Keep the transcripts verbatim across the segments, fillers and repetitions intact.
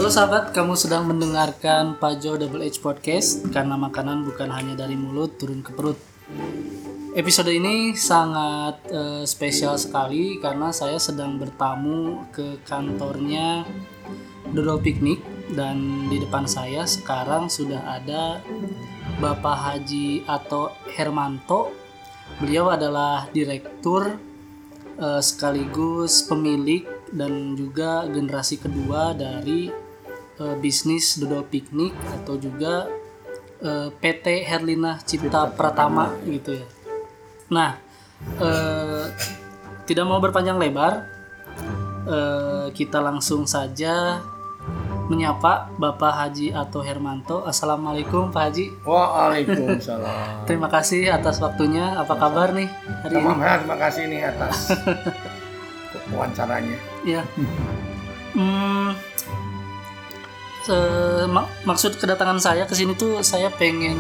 Halo sahabat, kamu sedang mendengarkan Pajo Double H Podcast, karena makanan bukan hanya dari mulut turun ke perut. Episode ini sangat uh, spesial sekali karena saya sedang bertamu ke kantornya Dodol Piknik, dan di depan saya sekarang sudah ada Bapak Haji Ato Hermanto. Beliau adalah direktur uh, sekaligus pemilik dan juga generasi kedua dari uh, bisnis Dodol Piknik atau juga uh, P T Herlina Cipta Pratama gitu ya. Nah, uh, tidak mau berpanjang lebar, uh, kita langsung saja menyapa Bapak Haji Ato Hermanto. Assalamualaikum Pak Haji. Waalaikumsalam. Terima kasih atas waktunya. Apa kabar nih hari ini? Terima kasih nih atas wawancaranya. Ya. Hmm, se- mak- maksud kedatangan saya ke sini tuh saya pengen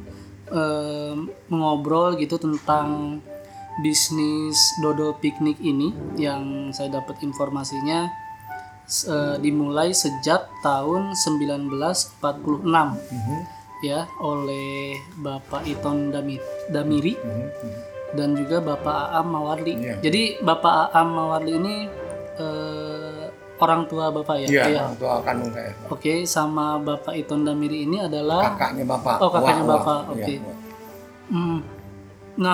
eh, mengobrol gitu tentang bisnis Dodol Piknik ini yang saya dapat informasinya eh, dimulai sejak tahun sembilan belas empat puluh enam Mm-hmm. ya oleh Bapak Iton Dami- Damiri Mm-hmm. dan juga Bapak Aam Mawardi. Iya. Jadi Bapak Aam Mawardi ini eh, orang tua Bapak ya? Iya, Iya. orang tua kandung saya. Oke, sama Bapak Iton Damiri ini adalah Kakaknya bapak. Oh, kakaknya Wah, bapak. wah. Oke. Iya. Hmm. Nah,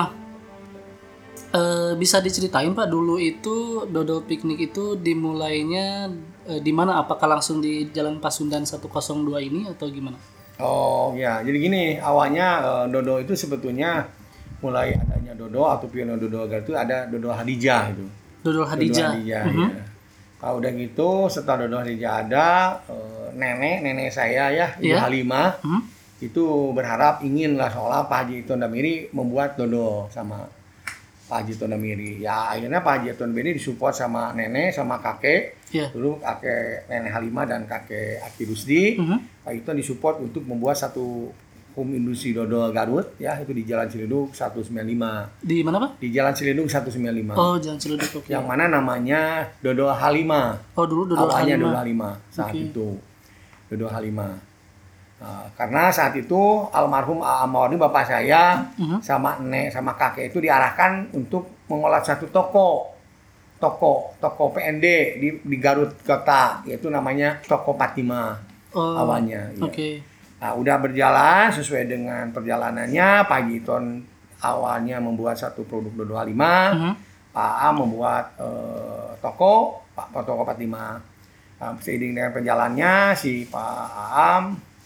eh, bisa diceritain Pak dulu itu Dodol Piknik itu dimulainya eh, di mana? Apakah langsung di Jalan Pasundan seratus dua ini atau gimana? Oh ya, jadi gini, awalnya eh, Dodo itu sebetulnya mulai adanya Dodo atau pionir Dodo Garut itu ada Dodo Hadijah itu. Dodol Hadijah. Dodo Hadijah, Mhm. ya. Kalau udah gitu, setelah Dodo Hadijah ada, eh, nenek nenek saya ya, Ibu Iya. Halimah, Mhm. itu berharap ingin lah seolah Pak Haji Iton Damiri membuat Dodo sama Pak Haji Iton Damiri. Ya akhirnya Pak Haji Iton Damiri disupport sama nenek sama kakek. Iya. Dulu kakek nenek Halimah dan kakek Aki Rusdi. Mhm. Pak Iton disupport untuk membuat satu home industri Dodol Garut ya, itu di Jalan Cilindung seratus sembilan puluh lima. Di mana Pak? Di Jalan Cilindung seratus sembilan puluh lima. Oh, Jalan Ciledug. Oke. Yang mana namanya Dodol Halimah. Oh, dulu Dodol Awalnya Halimah. Dodol Halimah saat Oke. itu. Dodol Halimah. Nah, karena saat itu almarhum Aam Mawardi bapak saya Mhm. sama nenek sama kakek itu diarahkan untuk mengolah satu toko toko toko P N D di, di Garut kota, yaitu namanya Toko Fatima Oh, awalnya. Iya. Oke. Nah, udah berjalan sesuai dengan perjalanannya. Pak Giton awalnya membuat satu produk Dodol Halimah, Mhm. Pak Am membuat eh, toko Pak Toko Fatima. Nah, seiring dengan perjalanannya si Pak Am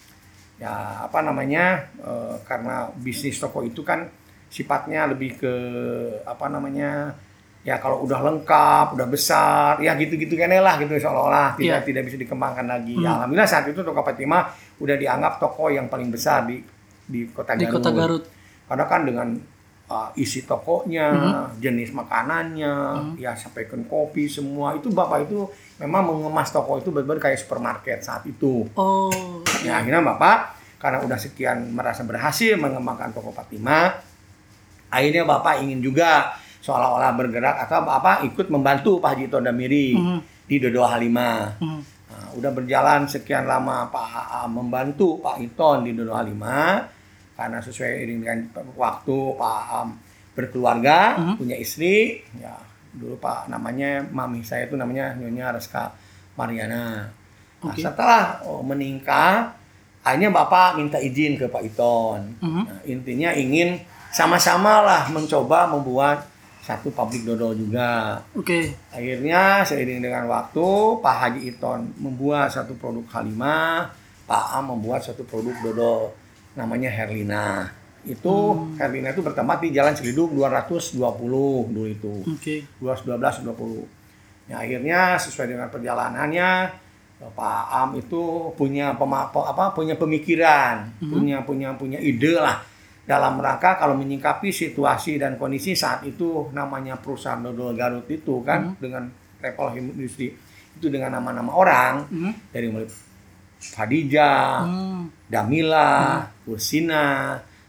ya apa namanya eh, karena bisnis toko itu kan sifatnya lebih ke apa namanya ya kalau udah lengkap udah besar ya gitu-gitu kan lah gitu seolah-olah tidak Iya. tidak bisa dikembangkan lagi. Hmm. Ya, alhamdulillah saat itu Toko Fatima udah dianggap toko yang paling besar di di kota Di Garut. Kota Garut. Karena kan dengan uh, isi tokonya, Mhm. jenis makanannya, Mhm. ya sampaikan kopi semua itu bapak itu memang mengemas toko itu benar-benar kayak supermarket saat itu. Oh, Ya akhirnya bapak karena udah sekian merasa berhasil mengembangkan Toko Fatima, akhirnya bapak ingin juga seolah-olah bergerak atau apa ikut membantu Pak Haji Iton Damiri Mhm. di Dodol Halimah. Mhm. Nah, udah berjalan sekian lama Pak A A membantu Pak Iton di Dodol Halimah karena sesuai iring dengan waktu Pak A A berkeluarga, Mhm. punya istri, ya dulu Pak namanya mami saya itu namanya Nyonya Reska Mariana. Nah, Oke. setelah oh, menikah, akhirnya Bapak minta izin ke Pak Iton. Mhm. Nah, intinya ingin sama-sama lah mencoba membuat satu pabrik dodol juga. Oke. Akhirnya seiring dengan waktu Pak Haji Iton membuat satu produk Halimah, Pak Am membuat satu produk dodol namanya Herlina. Itu Hmm. Herlina itu bertempat di Jalan Cilindung dua ratus dua puluh dulu itu. Oke. dua ratus dua belas dua puluh. Ya, akhirnya sesuai dengan perjalanannya Pak Am itu punya pema, apa punya pemikiran, Mhm. punya punya punya ide lah dalam rangka kalau menyikapi situasi dan kondisi saat itu namanya perusahaan Dodol Garut itu kan Mhm. dengan level industri itu dengan nama-nama orang Mhm. dari mulai Khadijah, Hmm. Damila, Ursina,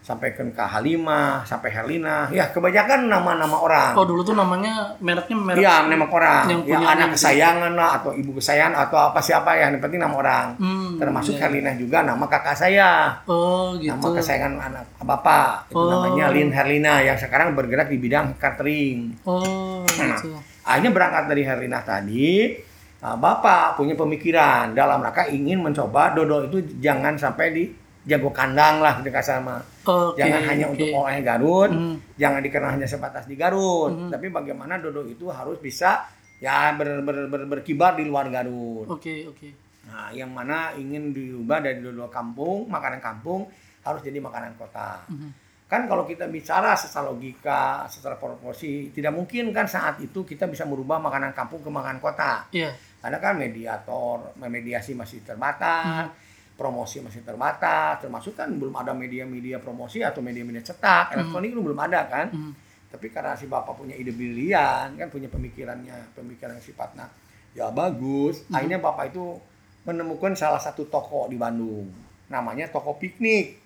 sampai ke Halimah, sampai Herlina. Ya kebanyakan nama-nama orang. Oh dulu tuh namanya mereknya merek. Iya, nama orang. Yang Ya punya anak gitu. kesayangan lah atau ibu kesayangan atau apa siapa ya, yang penting nama orang. Hmm, Termasuk iya. Herlina juga nama kakak saya. Oh gitu. Nama kesayangan anak bapak itu Oh. namanya Lin Herlina yang sekarang bergerak di bidang catering. Oh Nah, gitu. akhirnya berangkat dari Herlina tadi, nah, bapak punya pemikiran dalam rangka ingin mencoba Dodo itu jangan sampai di jago kandang lah kita sama. Oke, Jangan hanya oke. untuk oleh Garut, Hmm. jangan dikenal hanya sebatas di Garut, Hmm. tapi bagaimana Dodo itu harus bisa ya ber, ber, ber- berkibar di luar Garut. Oke oke. Nah, yang mana ingin diubah dari Dodo kampung, makanan kampung harus jadi makanan kota. Mhm. Kan kalau kita bicara secara logika, secara proporsi, tidak mungkin kan saat itu kita bisa merubah makanan kampung ke makanan kota. Iya. Karena kan mediator, mediasi masih terbatas, promosi masih terbatas, termasuk kan belum ada media-media promosi atau media-media cetak, elektronik itu belum ada kan. Mhm. Tapi karena si bapak punya ide brilian, kan punya pemikirannya, pemikiran yang sifatnya ya bagus, akhirnya bapak itu menemukan salah satu toko di Bandung, namanya toko piknik.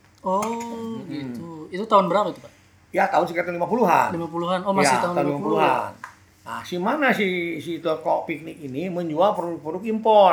Oh gitu. Itu tahun berapa itu Pak? Ya tahun sekitar lima puluhan. lima puluhan. Oh masih ya, tahun lima puluhan. Nah, si mana si si toko piknik ini menjual produk-produk impor.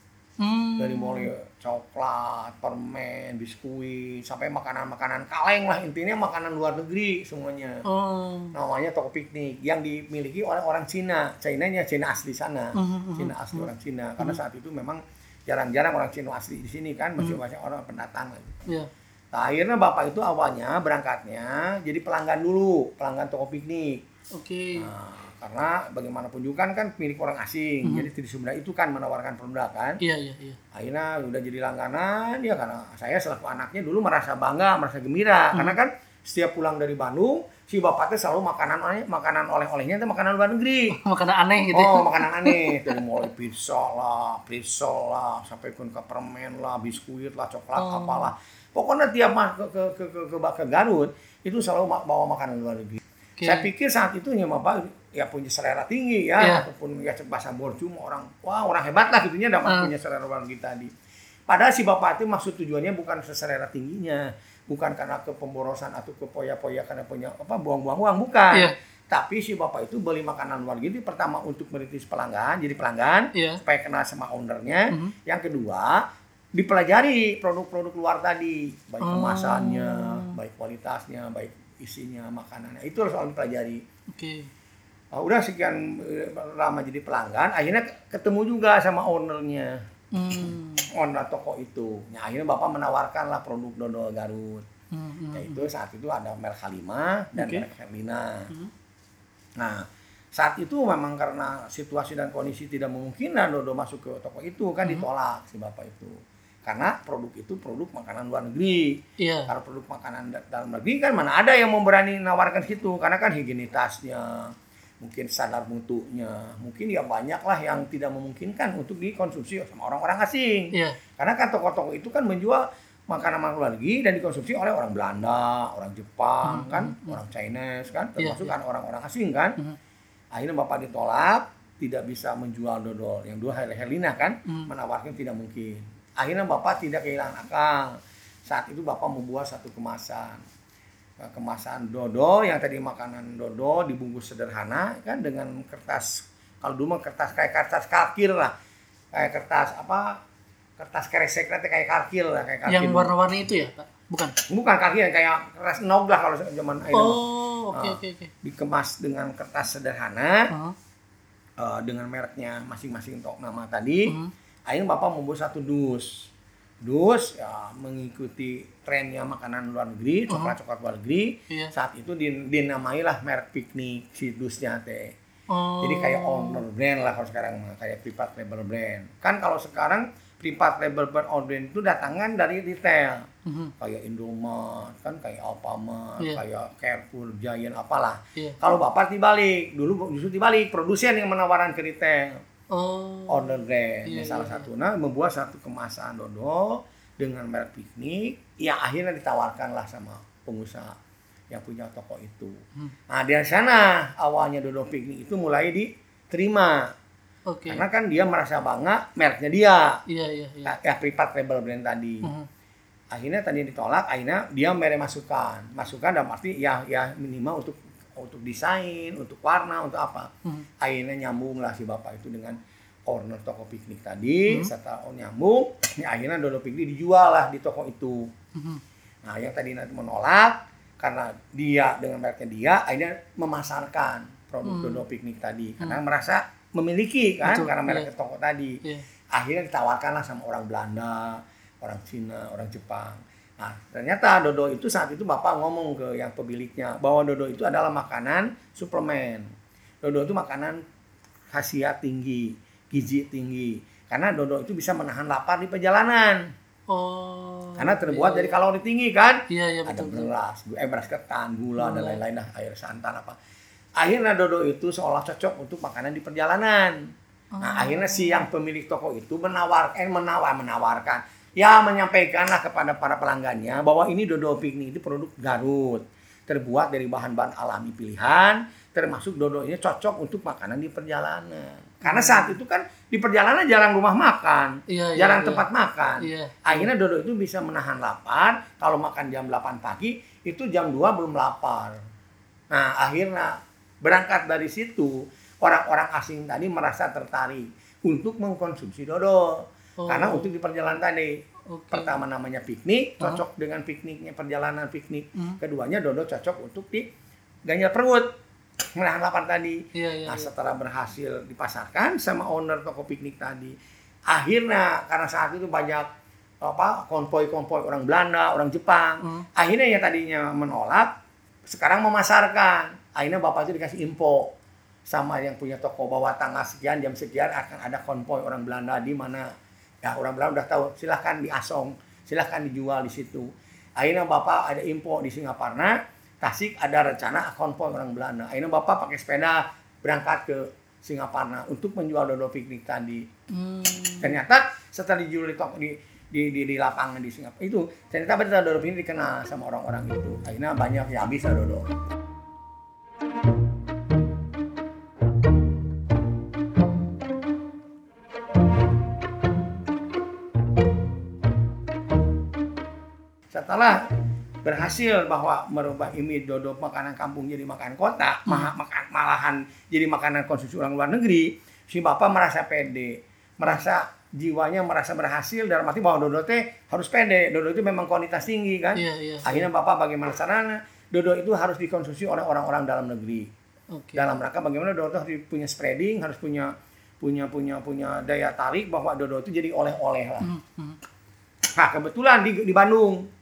Hmm. Dari mulai coklat, permen, biskuit, sampai makanan-makanan kaleng lah, intinya makanan luar negeri semuanya. Oh. Namanya toko piknik yang dimiliki oleh orang Cina. Cina-nya Cina asli sana. Mhm, Cina asli orang Cina. Karena saat itu memang jarang-jarang orang Cina asli di sini kan, masih banyak orang pendatang lagi. Iya. Nah, akhirnya bapak itu awalnya berangkatnya jadi pelanggan dulu, pelanggan toko piknik. Oke. Nah, karena bagaimanapun juga kan, kan milik orang asing, Mhm. jadi di Sumedang itu kan menawarkan produk kan. Iya iya iya. Akhirnya udah jadi langganan ya, karena saya selaku anaknya dulu merasa bangga, merasa gembira, karena kan setiap pulang dari Bandung si bapaknya selalu makanan makanan oleh-olehnya itu makanan luar negeri. Makanan aneh gitu. Oh, makanan aneh. Dari mulai pizza lah, pretzel lah, sampai pun ke permen lah, biskuit lah, coklat, Oh. apalah. Pokoknya tiap mah ke ke ke ke, ke, ke Garut itu selalu ma- bawa makanan luar negeri. Oke. Saya pikir saat itu ya Bapak ya punya selera tinggi ya, Iya. ataupun ya bahasa borju orang wah orang hebat lah gitunya dapat Hmm. punya selera luar negeri tadi. Padahal si Bapak itu maksud tujuannya bukan selera tingginya, bukan karena kepemborosan atau kepoya-poya karena punya apa buang-buang uang, bukan. Iya. Tapi si bapak itu beli makanan luar negeri pertama untuk merintis pelanggan, jadi pelanggan Iya. supaya kenal sama ownernya. Mhm. Yang kedua, dipelajari produk-produk luar tadi, baik Oh. kemasannya, baik kualitasnya, baik isinya, makanannya. Itu harus selalu dipelajari. Oke. Nah, udah sekian eh, lama jadi pelanggan, akhirnya ketemu juga sama ownernya, Hmm. owner toko itu. Nah, akhirnya bapak menawarkan lah produk Dodol Garut. Hmm, hmm, Yaitu saat itu ada merek Halimah dan Oke. merek Herlina. Hmm. Nah, saat itu memang karena situasi dan kondisi tidak memungkinkan Dodo masuk ke toko itu, kan ditolak si bapak itu. Karena produk itu produk makanan luar negeri. Iya. Kalau produk makanan da- dalam negeri kan mana ada yang mau berani nawarkan situ, karena kan higienitasnya, mungkin standar mutunya, mungkin ya banyak lah yang tidak memungkinkan untuk dikonsumsi sama orang-orang asing. Iya. Karena kan toko-toko itu kan menjual makanan-makanan luar negeri dan dikonsumsi oleh orang Belanda, orang Jepang, Mhm, kan, mhm. orang Chinese kan, Iya, termasuk iya. kan orang-orang asing kan. Mhm. Akhirnya bapak ditolak, tidak bisa menjual dodol. Yang dua Herlina kan, Mhm. menawarkan tidak mungkin. Akhirnya bapak tidak kehilangan akal. Saat itu bapak membuat satu kemasan. Nah, kemasan dodol yang tadi makanan dodol dibungkus sederhana kan dengan kertas, kalau dulu mah kertas kayak kertas kakir lah, kayak kertas apa, kertas kresek nanti kayak kakil lah, kayak kakil. Yang warna-warni itu ya, Pak? Bukan. Bukan kakil, kayak kertas nog lah kalau zaman itu. Oh, oke Ah. oke oke. Dikemas dengan kertas sederhana, Oh. eh, dengan mereknya masing-masing untuk nama tadi. Mhm. Akhirnya bapak membuat satu dus. Dus ya mengikuti trennya makanan luar negeri, coklat-coklat luar negeri. Iya. Saat itu din- dinamailah merek piknik si dusnya teh. Oh. Jadi kayak owner brand lah kalau sekarang mah, kayak private label brand. Kan kalau sekarang private label brand brand itu datangan dari retail. Mhm. Kayak Indomaret, kan kayak Alfamart, Iya. kayak Carrefour, Giant apalah. Iya. Kalau bapak dibalik, dulu justru dibalik, produsen yang menawarkan ke retail. Oh. Order brand, Iya, salah iya, satu. Nah, membuat satu kemasan dodol dengan merek piknik, ya akhirnya ditawarkan lah sama pengusaha yang punya toko itu. Hmm. Nah, dari sana awalnya dodol piknik itu mulai diterima. Oke. Karena kan dia merasa bangga mereknya dia, Iya iya iya. ya private label brand tadi. Mhm. Akhirnya tadi ditolak, akhirnya dia mere masukan. Masukan dalam arti ya ya minimal untuk untuk desain, untuk warna, untuk apa. Hmm. Akhirnya nyambung lah si bapak itu dengan owner toko piknik tadi. Hmm. Setelah oh, nyambung, ya akhirnya Dodo Piknik dijual lah di toko itu. Hmm. Nah yang tadi nanti menolak, karena dia dengan mereknya dia, akhirnya memasarkan produk hmm. Dodo Piknik tadi. Karena hmm. merasa memiliki kan, betul, karena mereknya yeah. toko tadi. Yeah. Akhirnya ditawarkanlah sama orang Belanda, orang Cina, orang Jepang. Nah, ternyata Dodo itu saat itu Bapak ngomong ke yang pemiliknya bahwa Dodo itu adalah makanan suplemen. Dodo itu makanan khasiat tinggi, gizi tinggi. Karena Dodo itu bisa menahan lapar di perjalanan. Oh. Karena terbuat iya, dari kalori tinggi kan? Iya, iya, ada betul, beras, eh, beras ketan, gula, dan lain-lain, nah, air santan apa. Akhirnya Dodo itu seolah cocok untuk makanan di perjalanan. Nah, oh. akhirnya si yang pemilik toko itu menawar, eh, menawar, menawarkan, ya menyampaikanlah kepada para pelanggannya bahwa ini Dodo Piknik itu produk Garut, terbuat dari bahan-bahan alami pilihan, termasuk Dodo ini cocok untuk makanan di perjalanan. Karena saat itu kan di perjalanan jarang rumah makan, iya, jarang iya, tempat iya. makan. Iya, akhirnya iya. Dodo itu bisa menahan lapar. Kalau makan jam delapan pagi, itu jam dua belum lapar. Nah, akhirnya berangkat dari situ, orang-orang asing tadi merasa tertarik untuk mengkonsumsi Dodo. Oh. Karena untuk di perjalanan tadi, okay. pertama namanya piknik, cocok huh? dengan pikniknya, perjalanan piknik. Hmm. Keduanya Dodo cocok untuk di ganjal perut, menahan lapar tadi. Iya, iya, nah, setelah iya. berhasil dipasarkan sama owner toko piknik tadi, akhirnya karena saat itu banyak apa konvoi-konvoi orang Belanda, orang Jepang, hmm. akhirnya yang tadinya menolak, sekarang memasarkan. Akhirnya bapak itu dikasih info sama yang punya toko bahwa tanggal sekian jam sekian akan ada konvoi orang Belanda di mana ya orang Belanda udah tahu, silahkan diasong, silahkan dijual di situ. Akhirnya bapak ada info di Singaparna, Tasik ada rencana konvoi orang Belanda. Akhirnya bapak pakai sepeda berangkat ke Singaparna untuk menjual Dodo Piknik tadi. Hmm. Ternyata setelah dijual di toko di di, di, di lapangan di Singapura itu, ternyata betul Dodo Piknik dikenal sama orang-orang itu. Akhirnya banyak ya bisa Dodo. Setelah berhasil bahwa merubah image Dodo makanan kampung jadi makanan kota, hmm. makan, malahan jadi makanan konsumsi orang luar negeri, si bapak merasa pede, merasa jiwanya merasa berhasil dalam arti bahwa Dodo teh harus pede, Dodo itu memang kualitas tinggi kan. Yeah, yeah, akhirnya yeah. bapak bagaimana caranya Dodo itu harus dikonsumsi oleh orang-orang dalam negeri. Okay. Dalam rangka bagaimana Dodo harus punya spreading, harus punya punya punya punya daya tarik bahwa Dodo itu jadi oleh-oleh lah. Hmm. Hmm. Nah kebetulan di, di Bandung.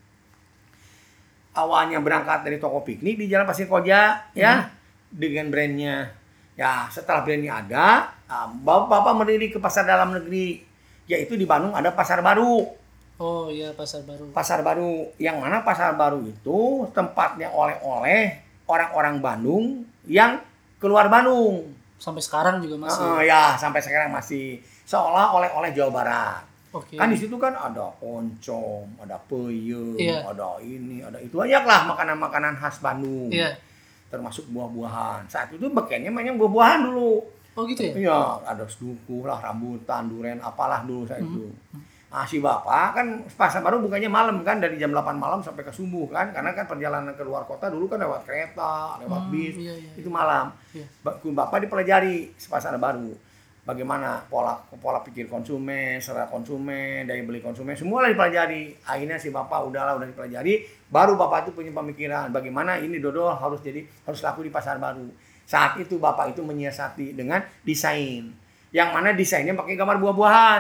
Awalnya berangkat dari toko piknik di Jalan Pasir Koja, hmm. ya, dengan brandnya. Ya, setelah brandnya ada, bapak-bapak mendiri ke pasar dalam negeri, yaitu di Bandung ada Pasar Baru. Oh iya, Pasar Baru. Pasar Baru, yang mana Pasar Baru itu tempatnya oleh-oleh orang-orang Bandung yang keluar Bandung. Sampai sekarang juga masih. Uh, ya, sampai sekarang masih. Seolah oleh-oleh Jawa Barat. Okay. Kan di situ kan ada oncom, ada peyem, yeah. ada ini, ada itu, banyak lah makanan-makanan khas Bandung. Yeah. Termasuk buah-buahan. Saat itu bekennya banyak buah-buahan dulu. Oh gitu ya? Iya, ada sedukuh lah, rambutan, duren, apalah dulu saat mm-hmm. itu. Nah, si bapak kan Pasar Baru bukannya malam kan, dari jam delapan malam sampai ke subuh kan, karena kan perjalanan ke luar kota dulu kan lewat kereta, lewat mm, bis, iya, iya, itu malam. Iya. Bapak dipelajari Pasar Baru. Bagaimana pola pola pikir konsumen, selera konsumen, daya beli konsumen, semua lah dipelajari. Akhirnya si bapak udahlah udah dipelajari, baru bapak itu punya pemikiran bagaimana ini Dodo harus jadi harus laku di Pasar Baru. Saat itu bapak itu menyiasati dengan desain, yang mana desainnya pakai gambar buah-buahan.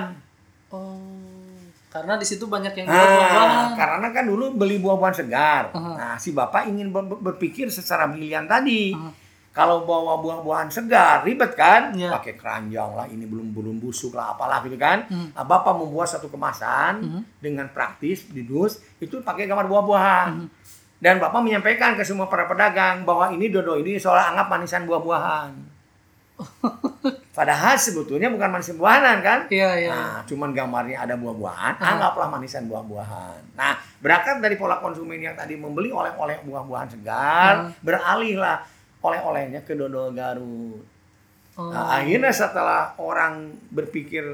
Oh, karena di situ banyak yang jual buah-buahan. Nah, karena kan dulu beli buah-buahan segar. Uh-huh. Nah, si bapak ingin ber- berpikir secara brilian tadi. Uh-huh. Kalau bawa buah-buahan segar ribet kan, yeah. pakai keranjang lah, ini belum belum busuk lah, apalah gitu kan. Mm. Nah, bapak membuat satu kemasan mm. dengan praktis di dus itu pakai gambar buah-buahan. Mm. Dan bapak menyampaikan ke semua para pedagang bahwa ini Dodo ini seolah anggap manisan buah-buahan. Padahal sebetulnya bukan manisan buah-buahan kan. Yeah, yeah. Nah, cuman gambarnya ada buah-buahan, uh. anggaplah manisan buah-buahan. Nah, berangkat dari pola konsumen yang tadi membeli oleh-oleh buah-buahan segar, uh. beralihlah oleh-olehnya ke Dodo Garut. Oh. Nah, akhirnya setelah orang berpikir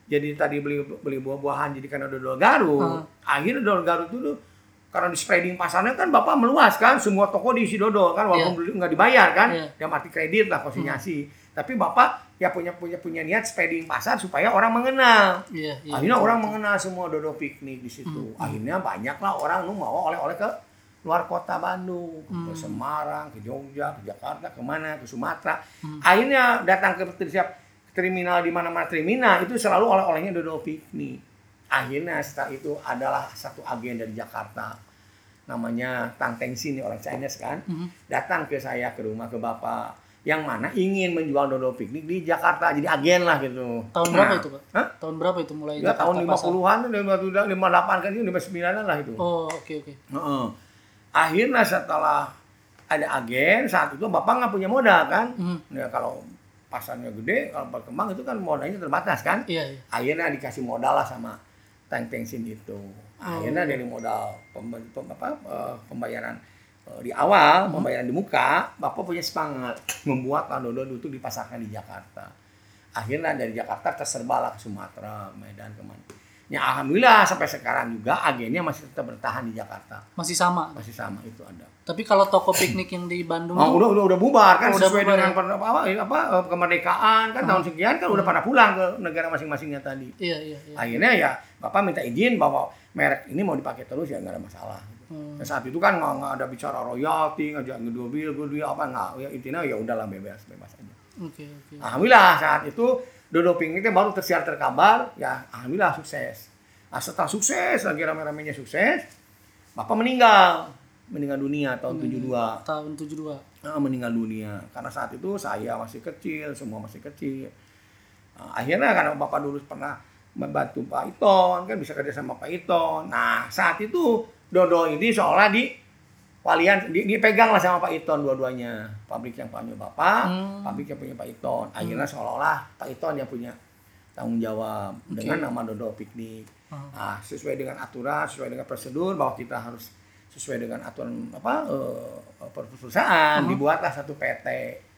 jadi tadi beli beli buah-buahan jadi karena dodol Garut. Hmm. Akhirnya dodol Garut itu tuh karena di spreading pasarnya kan Bapak meluas kan, semua toko diisi dodol kan, walaupun yeah. nggak dibayar kan, yeah. yang arti kredit lah konsinyasi. Hmm. Tapi Bapak ya punya punya punya niat spreading pasar supaya orang mengenal. Yeah, yeah, Akhirnya yeah. orang mengenal semua dodol piknik di situ. Hmm. Akhirnya banyaklah orang nu mau oleh-oleh ke luar kota Bandung, hmm. ke Semarang, ke Jogja, ke Jakarta, kemana, ke Sumatera. Hmm. Akhirnya datang ke setiap terminal di mana-mana terminal itu selalu oleh-olehnya dodol piknik. Akhirnya setelah itu adalah satu agen dari Jakarta, namanya Tang Tengsin, orang Chinese kan, mm-hmm. datang ke saya ke rumah ke Bapak, yang mana ingin menjual dodol piknik di Jakarta, jadi agen lah gitu. Tahun nah, berapa itu Pak? Hah? Tahun berapa itu mulai? Ya tahun lima puluhan, lima puluh delapan kan, lima puluh sembilanan lah itu. Oh oke okay, oke. Okay. Uh-uh. Akhirnya setelah ada agen, saat itu Bapak nggak punya modal kan, mm-hmm. ya kalau pasarnya gede, kalau berkembang itu kan modalnya terbatas kan. Iya, iya. Akhirnya dikasih modal lah sama Tang Tengsin itu. Akhirnya oh. dari modal pem, pem, apa, pembayaran di awal, hmm. pembayaran di muka, Bapak punya semangat membuat dodol itu dipasarkan di Jakarta. Akhirnya dari Jakarta terserbalah ke Sumatera, Medan, kemana. Ya alhamdulillah sampai sekarang juga agennya masih tetap bertahan di Jakarta. Masih sama? Masih sama, itu ada. Tapi kalau toko piknik yang di Bandung oh, udah udah udah bubar kan, oh, sesuai bubar, dengan ya? apa, apa kemerdekaan kan, hmm. tahun sekian kan hmm. udah pada pulang ke negara masing-masingnya tadi. Iya, iya, iya. Akhirnya ya Bapak minta izin bahwa merek ini mau dipakai terus ya nggak ada masalah. Hmm. Nah, saat itu kan nggak nggak ada bicara royalti, nggak ada goodwill, goodwill apa nggak. Ya intinya ya udahlah bebas bebas aja. Oke okay, oke. Okay. Alhamdulillah saat itu dodol pikniknya baru tersiar terkabar, ya alhamdulillah sukses. Nah, setelah sukses lagi rame-ramenya sukses, Bapak meninggal. Meninggal dunia tahun tujuh puluh dua. Tahun tujuh puluh dua. Nah, meninggal dunia. Karena saat itu saya masih kecil, semua masih kecil. Nah, akhirnya karena Bapak dulu pernah membantu Pak Iton, kan bisa kerja sama Pak Iton. Nah, saat itu dodol ini seolah di walian di, dipegang lah sama Pak Iton dua-duanya. Pabrik yang punya Bapak, hmm. pabrik yang punya Pak Iton. Akhirnya seolah-olah Pak Iton yang punya tanggung jawab okay. dengan nama dodol piknik. Hmm. Nah, sesuai dengan aturan, sesuai dengan prosedur bahwa kita harus sesuai dengan aturan apa uh, perusahaan, uh-huh. dibuatlah satu P T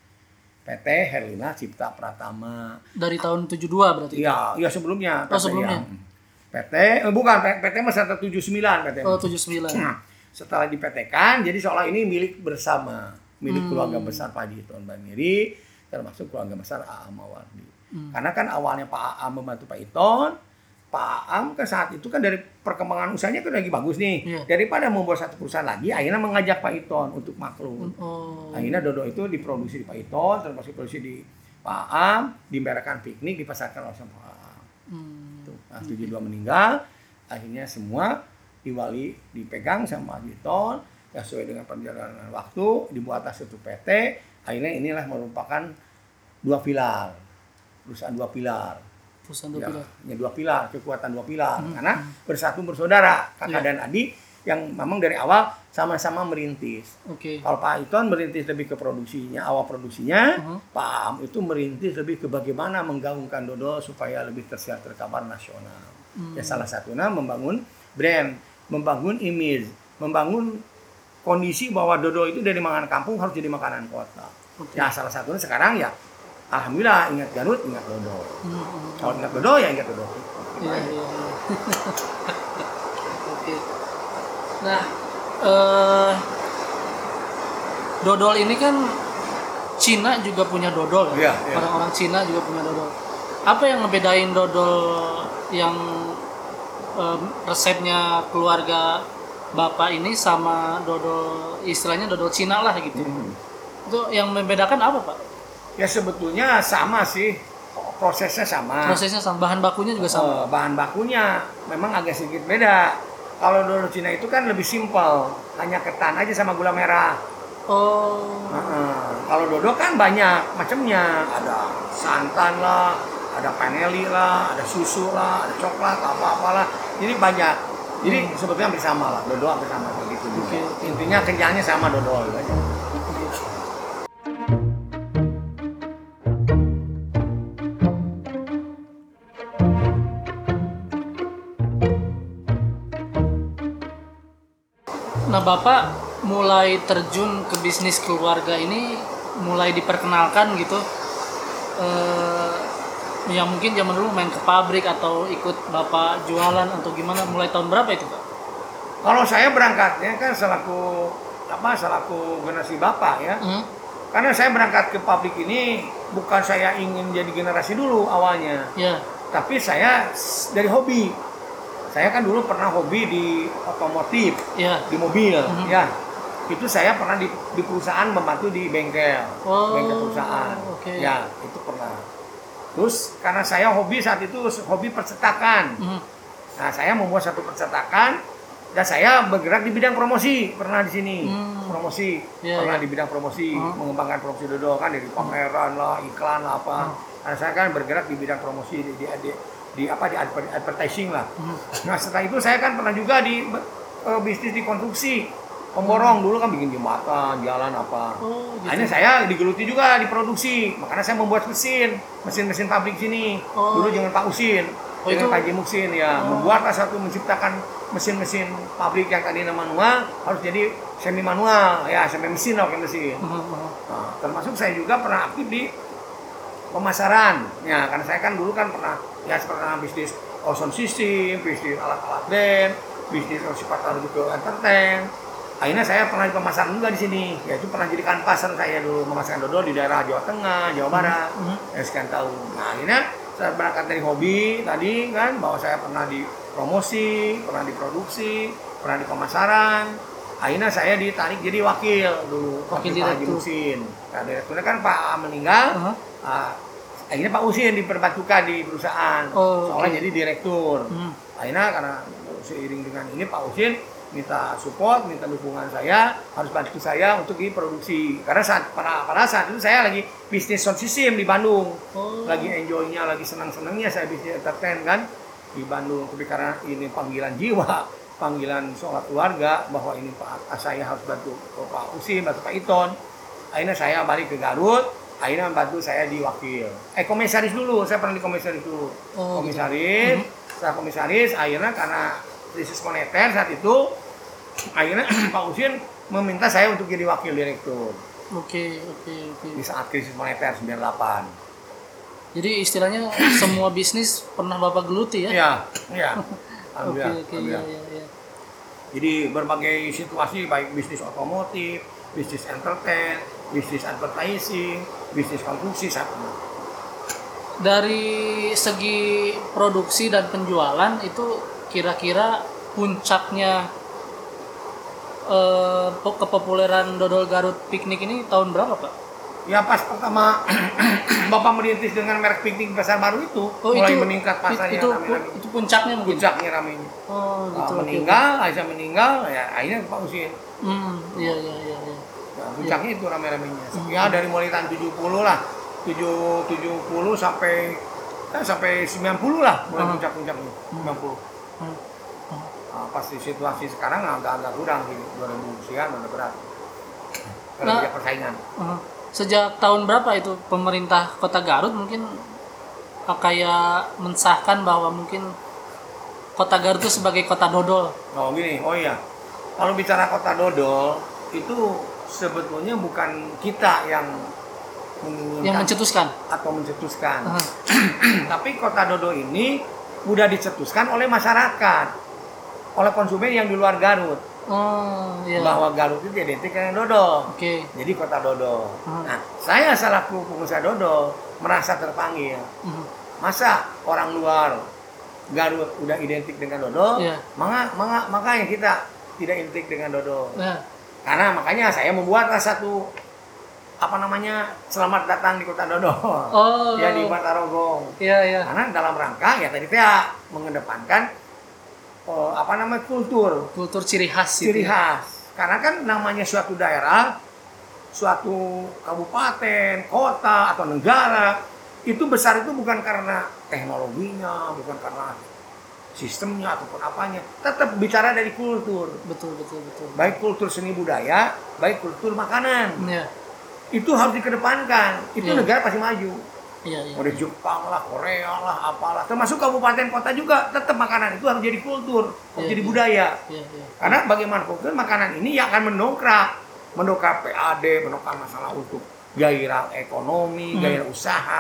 P T Herlina Cipta Pratama dari tahun tujuh puluh dua berarti. Iya, iya sebelumnya. Oh, sebelumnya. P T eh, bukan P T mah satu tujuh sembilan P T. Oh, tujuh puluh sembilan. Nah, setelah di P T kan jadi seolah ini milik bersama, milik hmm. keluarga besar Pak Haji Iton Bamiri, termasuk keluarga besar A A Mawardi. Hmm. Karena kan awalnya Pak A A membantu Pak Iton, Pak Am ke saat itu kan dari perkembangan usahanya kan lagi bagus nih. Yeah. Daripada membuat satu perusahaan lagi, akhirnya mengajak Pak Iton untuk maklum. Oh. Akhirnya dodol itu diproduksi di Pak Iton, termasuk produksi di Pak Am, dimerahkan piknik, dipasarkan oleh Pak Am. Hmm. Tuh, nah, tujuh puluh dua meninggal, akhirnya semua diwali dipegang sama Pak Iton, ya sesuai dengan perjalanan waktu, dibuatlah satu P T, akhirnya inilah merupakan dua pilar, perusahaan dua pilar. Dua ya, pilar. ya dua pilar, kekuatan dua pilar. Hmm. Karena hmm. bersatu bersaudara, kakak yeah. dan adik yang memang dari awal sama-sama merintis. Okay. Kalau Pak Iton merintis lebih ke produksinya, awal produksinya, uh-huh. Pak Am itu merintis lebih ke bagaimana menggaungkan dodol supaya lebih tersiar terkabar nasional. Hmm. Ya salah satunya membangun brand, membangun image, membangun kondisi bahwa dodol itu dari makanan kampung harus jadi makanan kota. Okay. Ya salah satunya sekarang ya alhamdulillah ingat Garut, ingat dodol. Hmm. Kalau ingat dodol ya ingat dodol. Iya, iya, iya. Oke. Nah, eh, dodol ini kan Cina juga punya dodol. Iya, iya. Orang-orang Cina juga punya dodol. Apa yang ngebedain dodol yang eh, resepnya keluarga Bapak ini sama dodol istilahnya dodol Cina lah gitu? Hmm. Itu yang membedakan apa, Pak? Ya sebetulnya sama sih, prosesnya sama. Prosesnya sama, bahan bakunya juga sama. Uh, bahan bakunya memang agak sedikit beda. Kalau dodol Cina itu kan lebih simpel, hanya ketan aja sama gula merah. Oh. Uh-uh. Kalau dodol kan banyak macamnya, ada santan lah, ada paneli lah, ada susu lah, ada coklat, apa-apalah. Jadi banyak. Jadi hmm. sebetulnya hampir sama lah, dodol hampir sama begitu. Okay. Intinya kenyangnya sama dodol aja. Nah, Bapak mulai terjun ke bisnis keluarga ini mulai diperkenalkan gitu eh, yang mungkin zaman dulu main ke pabrik atau ikut bapak jualan atau gimana, mulai tahun berapa itu Pak? Kalau saya berangkatnya kan selaku apa selaku generasi bapak ya. Hmm? Karena saya berangkat ke pabrik ini bukan saya ingin jadi generasi dulu awalnya. Yeah. Tapi saya dari hobi. Saya kan dulu pernah hobi di otomotif, yeah. di mobil, mm-hmm. ya. Itu saya pernah di, di perusahaan membantu di bengkel, oh, bengkel perusahaan. Okay. Ya, itu pernah. Terus karena saya hobi saat itu hobi percetakan. Mm-hmm. Nah, saya membuat satu percetakan dan saya bergerak di bidang promosi, pernah di sini. Mm. Promosi, yeah, pernah yeah. di bidang promosi, uh-huh. mengembangkan promosi dodol kan dari pameran lah, iklan lah apa. Uh-huh. Karena saya kan bergerak di bidang promosi di, di, di, di apa di advertising lah. Uh-huh. Nah, setelah itu saya kan pernah juga di uh, bisnis di konstruksi. Pemborong dulu kan bikin jembatan, jalan apa. Oh, gitu. Akhirnya saya digeluti juga di produksi. Makanya saya membuat mesin, mesin-mesin pabrik sini. Oh. Dulu dengan Pak Usin, oh, dengan Pak Jimuksin ya, oh. membuatlah satu menciptakan mesin-mesin pabrik yang tadinya manual harus jadi semi manual, ya semi mesin oke mesin. Uh-huh. Nah, termasuk saya juga pernah aktif di pemasaran. Ya, karena saya kan dulu kan pernah ya pernah bisnis ocean system, bisnis alat-alat band, bisnis sifat lebih ke entertain. Akhirnya saya pernah di pemasaran juga di sini, yaitu pernah jadi kanpaser saya dulu memasarkan dodol di daerah Jawa Tengah, Jawa Barat, mm-hmm. ya sekian tahun. Nah akhirnya saya berangkat dari hobi tadi kan, bahwa saya pernah di promosi, pernah di produksi, pernah di pemasaran. Akhirnya saya ditarik jadi wakil dulu, wakil Pak Haji Musin. Nah direkturnya kan Pak A meninggal, uh-huh. uh, akhirnya Pak Usin diperbantukan di perusahaan, oh, soalnya okay. jadi direktur. Mm. Akhirnya karena seiring dengan ini Pak Usin minta support, minta dukungan saya, harus bantu saya untuk diproduksi. Karena saat pada, pada saat itu saya lagi bisnis sound system di Bandung, oh. lagi enjoy-nya, lagi senang-senangnya saya bisnis entertain kan di Bandung. Tapi karena ini panggilan jiwa, panggilan soal keluarga, bahwa ini Pak saya harus bantu Pak Usim, bantu Pak Iton. Akhirnya saya balik ke Garut, akhirnya bantu saya di wakil. Eh komisaris dulu, saya pernah di komisaris dulu. Oh, komisaris, gitu. Setelah komisaris, akhirnya karena krisis moneter saat itu, akhirnya Pak Usin meminta saya untuk jadi wakil direktur. Oke, oke, oke. Di saat krisis moneter sembilan puluh delapan. Jadi istilahnya semua bisnis pernah Bapak geluti ya? Iya, iya. Alhamdulillah. Oke, oke, iya, iya, iya. Jadi berbagai situasi, baik bisnis otomotif, bisnis entertain, bisnis advertising, bisnis konstruksi, saya pernah. Dari segi produksi dan penjualan itu kira-kira puncaknya eh, kepopuleran dodol Garut Piknik ini tahun berapa Pak? Ya pas pertama Bapak merintis dengan merek piknik Pasar Baru itu, oh, mulai itu, meningkat pasarnya. Itu, itu, itu puncaknya mungkin? Puncaknya ramenya. Oh, gitu. Nah, meninggal, Aisyah meninggal, ya akhirnya Pak Usin. Hmm, iya, iya, iya. iya. Nah, puncaknya ya. Itu rame-ramenya. Hmm. Ya dari mulai tahun tujuh puluh lah, tujuh puluh sampai eh, sampai sembilan puluh lah, mulai hmm. puncak-puncaknya, hmm. sembilan puluh. Hmm. Hmm. Nah, pasti situasi sekarang agak-agak kurang di dua ribu sekian udah berat. Kalau nah, persaingan. Uh, sejak tahun berapa itu pemerintah Kota Garut mungkin kayak mensahkan bahwa mungkin Kota Garut itu sebagai kota dodol? Oh gini, oh iya. Kalau bicara kota dodol itu sebetulnya bukan kita yang yang mencetuskan atau mencetuskan. Uh-huh. Tapi kota dodol ini udah dicetuskan oleh masyarakat, oleh konsumen yang di luar Garut. Oh, iya. Bahwa Garut itu identik dengan dodol. Oke. Okay. Jadi kota dodol. Uh-huh. Nah, saya selaku pengusaha dodol merasa terpanggil. Uh-huh. Masa orang luar Garut udah identik dengan dodol, yeah. maka, maka makanya kita tidak identik dengan dodol. Yeah. Karena makanya saya membuatlah satu apa namanya selamat datang di kota dodol, oh, ya di Batarogong. Iya, iya. Karena dalam rangka ya tadi saya mengedepankan oh, apa namanya kultur, kultur ciri khas. Ciri khas. Karena kan namanya suatu daerah, suatu kabupaten, kota atau negara itu besar itu bukan karena teknologinya, bukan karena sistemnya ataupun apanya, tetap bicara dari kultur. Betul, betul, betul. Baik kultur seni budaya, baik kultur makanan. Iya. Itu harus dikedepankan. Itu yeah. negara pasti maju. Yeah, yeah. Mau di Jepang lah, Korea lah, apalah. Termasuk kabupaten kota juga tetap makanan itu harus jadi kultur, harus yeah, jadi yeah. budaya. Yeah, yeah. Karena bagaimanapun makanan ini yang akan mendongkrak, mendongkrak P A D, mendongkrak masalah untuk gairah ekonomi, hmm. gairah usaha.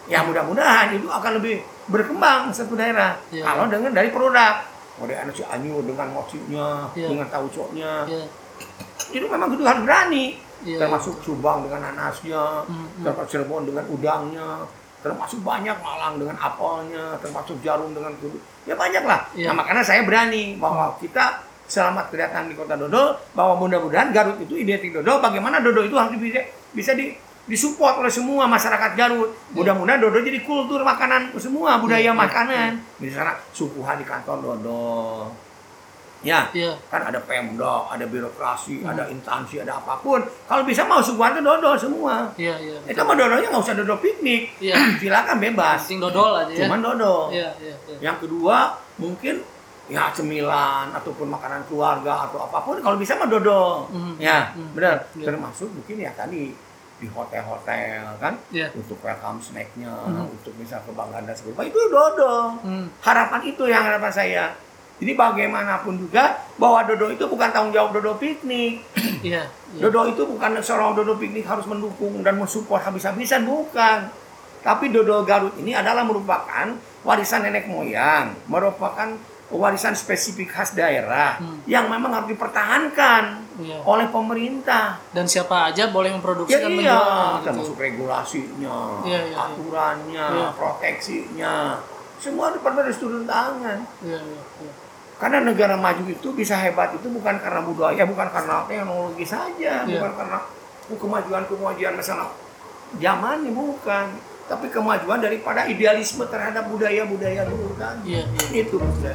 Ya mudah-mudahan itu akan lebih berkembang satu daerah. Yeah. Kalau dengan dari produk, model nasi anyu dengan mochinya, yeah. dengan tauconya, yeah. itu memang itu harus berani. Yeah. Termasuk Subang dengan nanasnya, mm-hmm. termasuk Cirebon dengan udangnya, termasuk banyak Malang dengan apelnya, termasuk Jarum dengan kudu. Ya banyak lah. Yeah. Nah makanya saya berani bahwa kita selamat kedatangan di Kota Dodol, bahwa mudah-mudahan Garut itu identik Dodol. Bagaimana Dodol itu harus bisa bisa di disupport oleh semua masyarakat Garut. Mudah-mudahan Dodol jadi kultur makanan semua, budaya makanan. Misalnya suguhan di kantor Dodol. Ya, yeah. kan ada Pemda, ada birokrasi, hmm. ada instansi, ada apapun. Kalau bisa mau suguhan itu Dodol semua. Iya, yeah, iya. Yeah, itu mah Dodolnya nggak usah Dodol piknik. Yeah. Silakan bebas. Penting Dodol aja ya. Cuman Dodol. Yeah, yeah, yeah. Yang kedua mungkin ya cemilan ataupun makanan keluarga atau apapun kalau bisa mah Dodol. Mm-hmm. Ya, mm-hmm. benar. Yeah. Termasuk mungkin ya tadi di hotel-hotel kan, yeah. untuk welcome snack-nya, mm. untuk misal kebanggaan dan sebagainya, itu Dodol. Mm. Harapan itu yang harapan saya. Jadi bagaimanapun juga bahwa Dodol itu bukan tanggung jawab Dodol piknik. Yeah, yeah. Dodol itu bukan seorang Dodol piknik harus mendukung dan mensupport habis-habisan, bukan. Tapi Dodol Garut ini adalah merupakan warisan nenek moyang, merupakan warisan spesifik khas daerah hmm. yang memang harus dipertahankan iya. oleh pemerintah. Dan siapa aja boleh memproduksi ya, dan iya. menjual. Termasuk gitu. Regulasinya, iya, iya, aturannya, iya. proteksinya, semua harus turun tangan. Iya, iya, iya. Karena negara maju itu bisa hebat itu bukan karena budaya, bukan karena teknologi saja, iya. bukan karena kemajuan-kemajuan masalah zamannya, bukan. Tapi kemajuan daripada idealisme terhadap budaya-budaya dulu kan. Iya, iya. Itu maksudnya.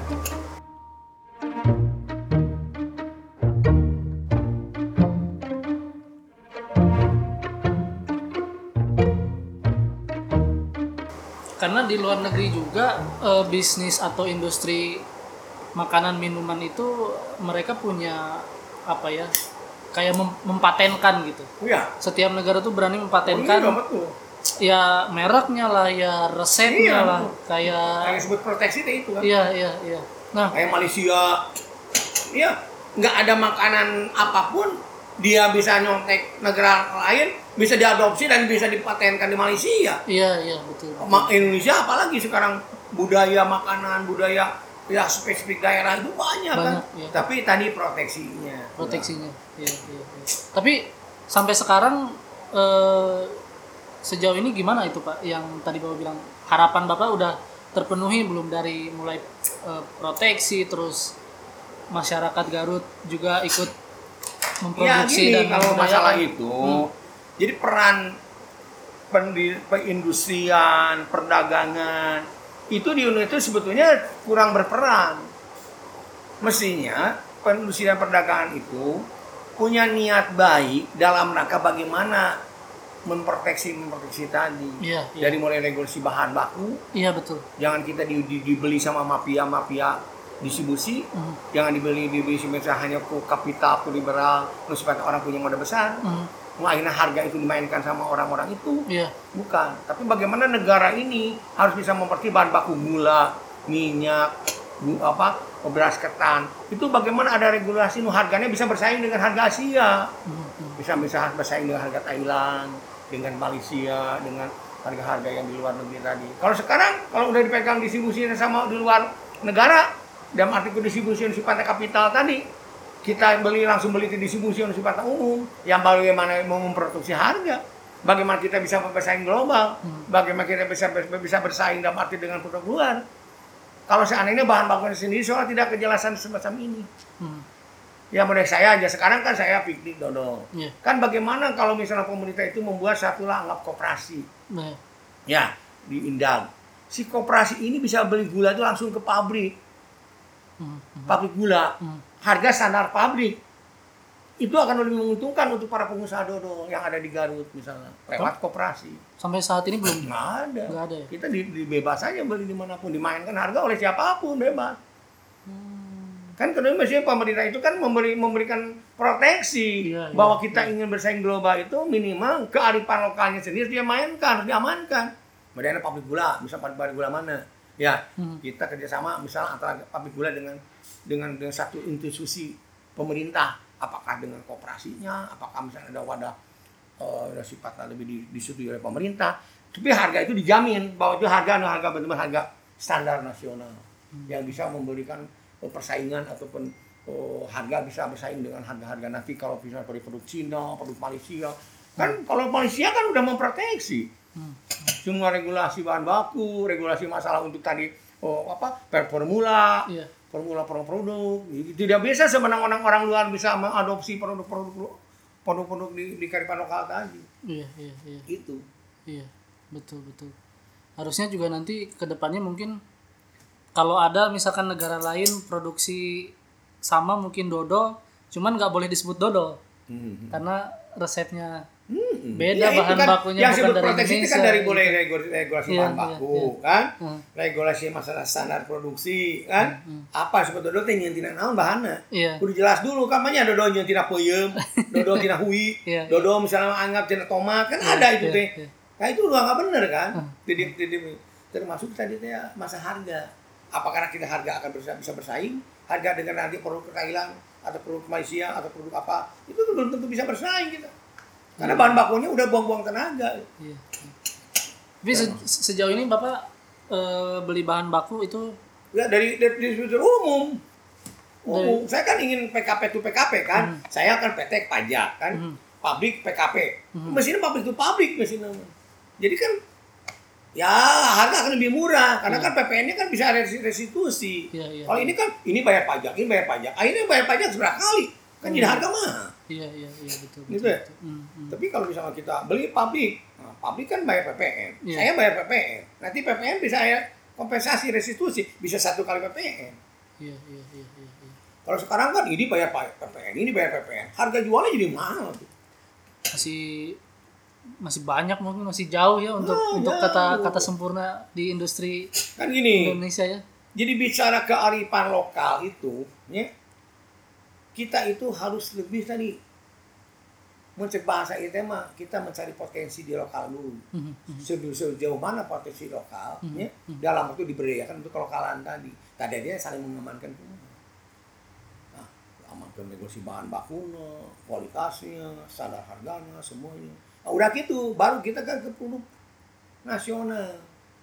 Karena di luar negeri juga e, bisnis atau industri makanan minuman itu mereka punya apa ya? Kayak mem- mempatenkan gitu. Iya. Setiap negara tuh berani mempatenkan. Oh, iya, betul. Ya mereknya lah, ya resepnya iya, lah, kayak yang disebut proteksi itu kan. Iya, iya, iya. Nah, kayak Malaysia, iya, nggak ada makanan apapun dia bisa nyontek negara lain, bisa diadopsi dan bisa dipatenkan di Malaysia. Iya, iya, betul. betul. Indonesia apalagi sekarang budaya makanan, budaya ya spesifik daerah itu banyak, banyak kan. Iya. Tapi tadi proteksinya. Proteksinya, iya, iya, iya. Tapi sampai sekarang eh, sejauh ini gimana itu Pak, yang tadi Bapak bilang harapan Bapak udah terpenuhi belum, dari mulai e, proteksi terus masyarakat Garut juga ikut memproduksi ya, gini, dan kalau budaya. Masalah itu hmm. jadi peran perindustrian, perdagangan itu di Indonesia sebetulnya kurang berperan. Mestinya perindustrian perdagangan itu punya niat baik dalam rangka bagaimana memproteksi memproteksi tadi, iya, iya. dari mulai regulasi bahan baku, iya betul. Jangan kita di, di, dibeli sama mafia-mafia distribusi, mm. jangan dibeli dibeli misalnya hanya ku kapital, ku liberal, supaya orang punya modal besar. Mm. Akhirnya harga itu dimainkan sama orang-orang itu, iya. bukan. Tapi bagaimana negara ini harus bisa memperti bahan baku gula, minyak, apa, beras ketan. Itu bagaimana ada regulasi, nu harganya bisa bersaing dengan harga Asia, mm. bisa bisa bersaing dengan harga Thailand, dengan Malaysia, dengan harga-harga yang di luar negeri tadi. Kalau sekarang, kalau udah dipegang distribusinya sama di luar negara, dalam arti distribusi sifatnya kapital tadi, kita beli langsung beli di distribusi sifatnya umum, yang bagaimana mau memproduksi harga, bagaimana kita bisa bersaing global, bagaimana kita bisa bisa bersaing dalam arti dengan produk luar. Kalau seandainya bahan bakunya sendiri soal tidak kejelasan semacam ini. Hmm. Ya menurut saya aja sekarang kan saya piknik Dodol. Yeah. Kan bagaimana kalau misalnya pemerintah itu membuat satu lah anggap koperasi. Yeah. Ya, di Indang. Si koperasi ini bisa beli gula itu langsung ke pabrik. Mm-hmm. Pabrik gula. Mm. Harga standar pabrik. Itu akan lebih menguntungkan untuk para pengusaha Dodol yang ada di Garut misalnya. Lewat koperasi. Sampai saat ini belum? Nggak ada. Nggak ada ya? Kita di, di bebas aja beli dimanapun. Dimainkan harga oleh siapapun, bebas. Hmm. Kan kedua mestinya pemerintah itu kan memberi memberikan proteksi ya, bahwa ya, kita ya. ingin bersaing global itu minimal kearifan lokalnya sendiri dia mainkan, harus diamankan. Kemudian pabrik gula, misal pabrik gula mana? Ya, hmm. kita kerjasama misalnya antara pabrik gula dengan dengan dengan satu institusi pemerintah, apakah dengan kooperasinya, apakah misalnya ada wadah uh, sifatnya lebih disetujui oleh pemerintah. Tapi harga itu dijamin bahwa itu harga harga benar-benar harga standar nasional hmm. yang bisa memberikan persaingan ataupun oh, harga bisa bersaing dengan harga-harga nanti kalau misalnya produk Cina, produk Malaysia. Kan hmm. kalau Malaysia kan udah memproteksi hmm. semua regulasi bahan baku, regulasi masalah untuk tadi oh, apa per formula, yeah. formula produk-produk. Tidak bisa semenang-menang orang luar bisa mengadopsi produk-produk produk-produk di, di kearifan lokal tadi. Iya, iya, iya. Itu. Iya, betul, betul. Harusnya juga nanti ke depannya mungkin kalau ada misalkan negara lain produksi sama mungkin dodol, cuman nggak boleh disebut dodol. Hmm. Karena resepnya hmm. beda, ya, bahan kan, bakunya yang bukan dari Indonesia. Yang kan dari boleh regulasi iya, bahan baku, iya, iya. kan? Hmm. Regulasi masalah standar produksi, kan? Hmm. Apa sebut dodol teh nyeuntina naon bahanna? Iya. Kudu jelas dulu kan banyak dodol nyeuntina peuyeum, dodol tina hui, iya, dodol iya. misalnya anggap tina tomat, kan iya, ada itu iya, teh. Iya. Nah itu udah nggak bener kan? Jadi hmm. termasuk tadi teh masa harga. Apakah kita harga akan bisa, bisa bersaing? Harga dengan nanti produk Thailand atau produk Malaysia atau produk apa itu belum tentu bisa bersaing kita. Karena iya. bahan bakunya udah buang-buang tenaga. Iya. Tapi se- sejauh ini Bapak e, beli bahan baku itu ya dari dari distributor umum. Umum. Dari... Saya kan ingin P K P itu P K P kan. Hmm. Saya kan P T pajak kan. Hmm. Pabrik P K P. Hmm. Mesinnya pabrik itu pabrik mesinnya. Jadi kan ya harga akan lebih murah karena ya. kan P P N-nya kan bisa restitusi. Ya, ya, Kalau ya. ini kan ini bayar pajak, ini bayar pajak. Akhirnya bayar pajak seberapa kali? Kan hmm. jadi harga mahal. Iya iya iya betul. Gitu betul, ya. betul. Hmm, hmm. Tapi kalau misalnya kita beli pabrik, nah, pabrik kan bayar P P N. Ya. Saya bayar P P N. Nanti P P N bisa ya kompensasi restitusi bisa satu kali P P N. Iya iya iya iya. Ya. Kalau sekarang kan ini bayar P P N, ini bayar P P N. Harga jualnya jadi mahal tuh. Masih masih banyak mungkin masih jauh ya untuk oh, untuk jauh. kata kata sempurna di industri kan gini Indonesia ya. Jadi bicara kearifan lokal itu, ya kita itu harus lebih tadi mencari bahasa itu mah kita mencari potensi di lokal dulu. Mm-hmm. Sejauh, sejauh mana potensi lokal, mm-hmm. ya dalam waktu diberdayakan untuk kelokalan tadi. Tadi dia saling mengamankan itu. Nah, amankan regulasi bahan bakunya, kualitasnya, standar harganya, semuanya. Nah, udah gitu, baru kita kan ke produk nasional.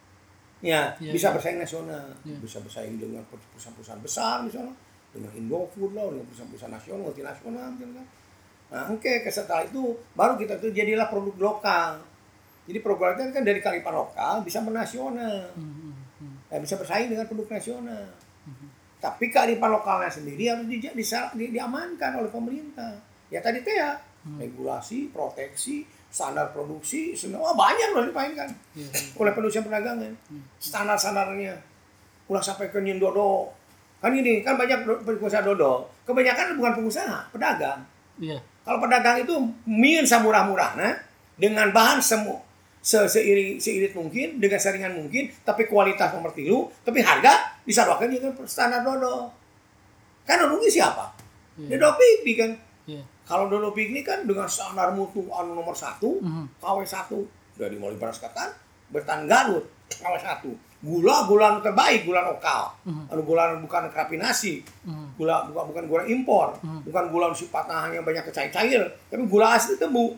Ya, ya bisa ya. bersaing nasional. Ya. Bisa bersaing dengan perusahaan-perusahaan besar misalnya. Dengan Indofood lah, dengan perusahaan-perusahaan nasional, multinasional misalnya. Nah, oke, okay, setelah itu baru kita tuh jadilah produk lokal. Jadi produk lokal kan dari kearifan lokal bisa menasional. Hmm, hmm. Nah, bisa bersaing dengan produk nasional. Hmm. Tapi kearifan lokalnya sendiri harus di, di, di, diamankan oleh pemerintah. Ya tadi teh ya, hmm. regulasi, proteksi, standar produksi, semua banyak loh dipainkan ya, ya. oleh Kementerian Perdagangan. Ya. Standar-standarnya. Ulah sampai ke dodo. Kan gini, kan banyak pengusaha dodo. Kebanyakan bukan pengusaha, pedagang. Ya. Kalau pedagang itu mien samurah-murah, nah, dengan bahan semu se seirit seirit mungkin, dengan saringan mungkin, tapi kualitas nomor tilu, tapi harga disamakan dengan standar dodo. Kan rugi siapa? Ya. Dodo Piknik kan. Ya. Kalau Dodo Piknik kan dengan standar mutu anu nomor satu, mm-hmm. K W satu dari mulai beras ketan, bertahan Garut, K W satu. Gula, gula anu terbaik, gula lokal. Mm-hmm. Anu gula bukan rafinasi, mm-hmm. gula bukan bukan gula impor, mm-hmm. bukan gula sifatnya hanya banyak cair-cair, tapi gula asli tebu.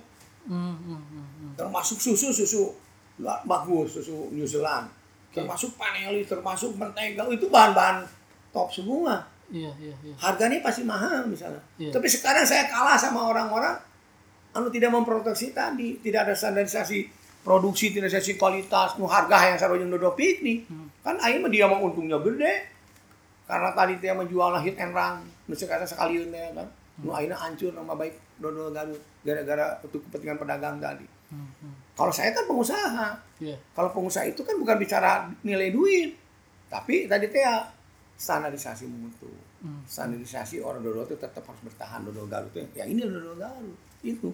Mm-hmm. Termasuk susu, susu bagus, susu New Zealand. Okay. Termasuk paneli, termasuk mentega, itu bahan-bahan top semua. Iya, iya, iya. Harganya pasti mahal misalnya. Iya. Tapi sekarang saya kalah sama orang-orang anu tidak memproteksi tadi, tidak ada standarisasi produksi, tidak standarisasi kualitas, nu harga yang sarua jeung Dodo Piknik. Hmm. Kan ayeuna dia mah untungnya gede. Karena tadi dia menjual hit and run, nu sekarang sekalian teh kan. Hmm. Nu ayeuna hancur nama baik Dodo Garut gara-gara untuk kepentingan pedagang tadi. Hmm. Hmm. Kalau saya kan pengusaha. Yeah. Kalau pengusaha itu kan bukan bicara nilai duit, tapi tadi teh standarisasi mutu. Hmm. Standarisasi orang Dodo itu tetap harus bertahan Dodo Garut itu. Ya ini Dodo Garut itu.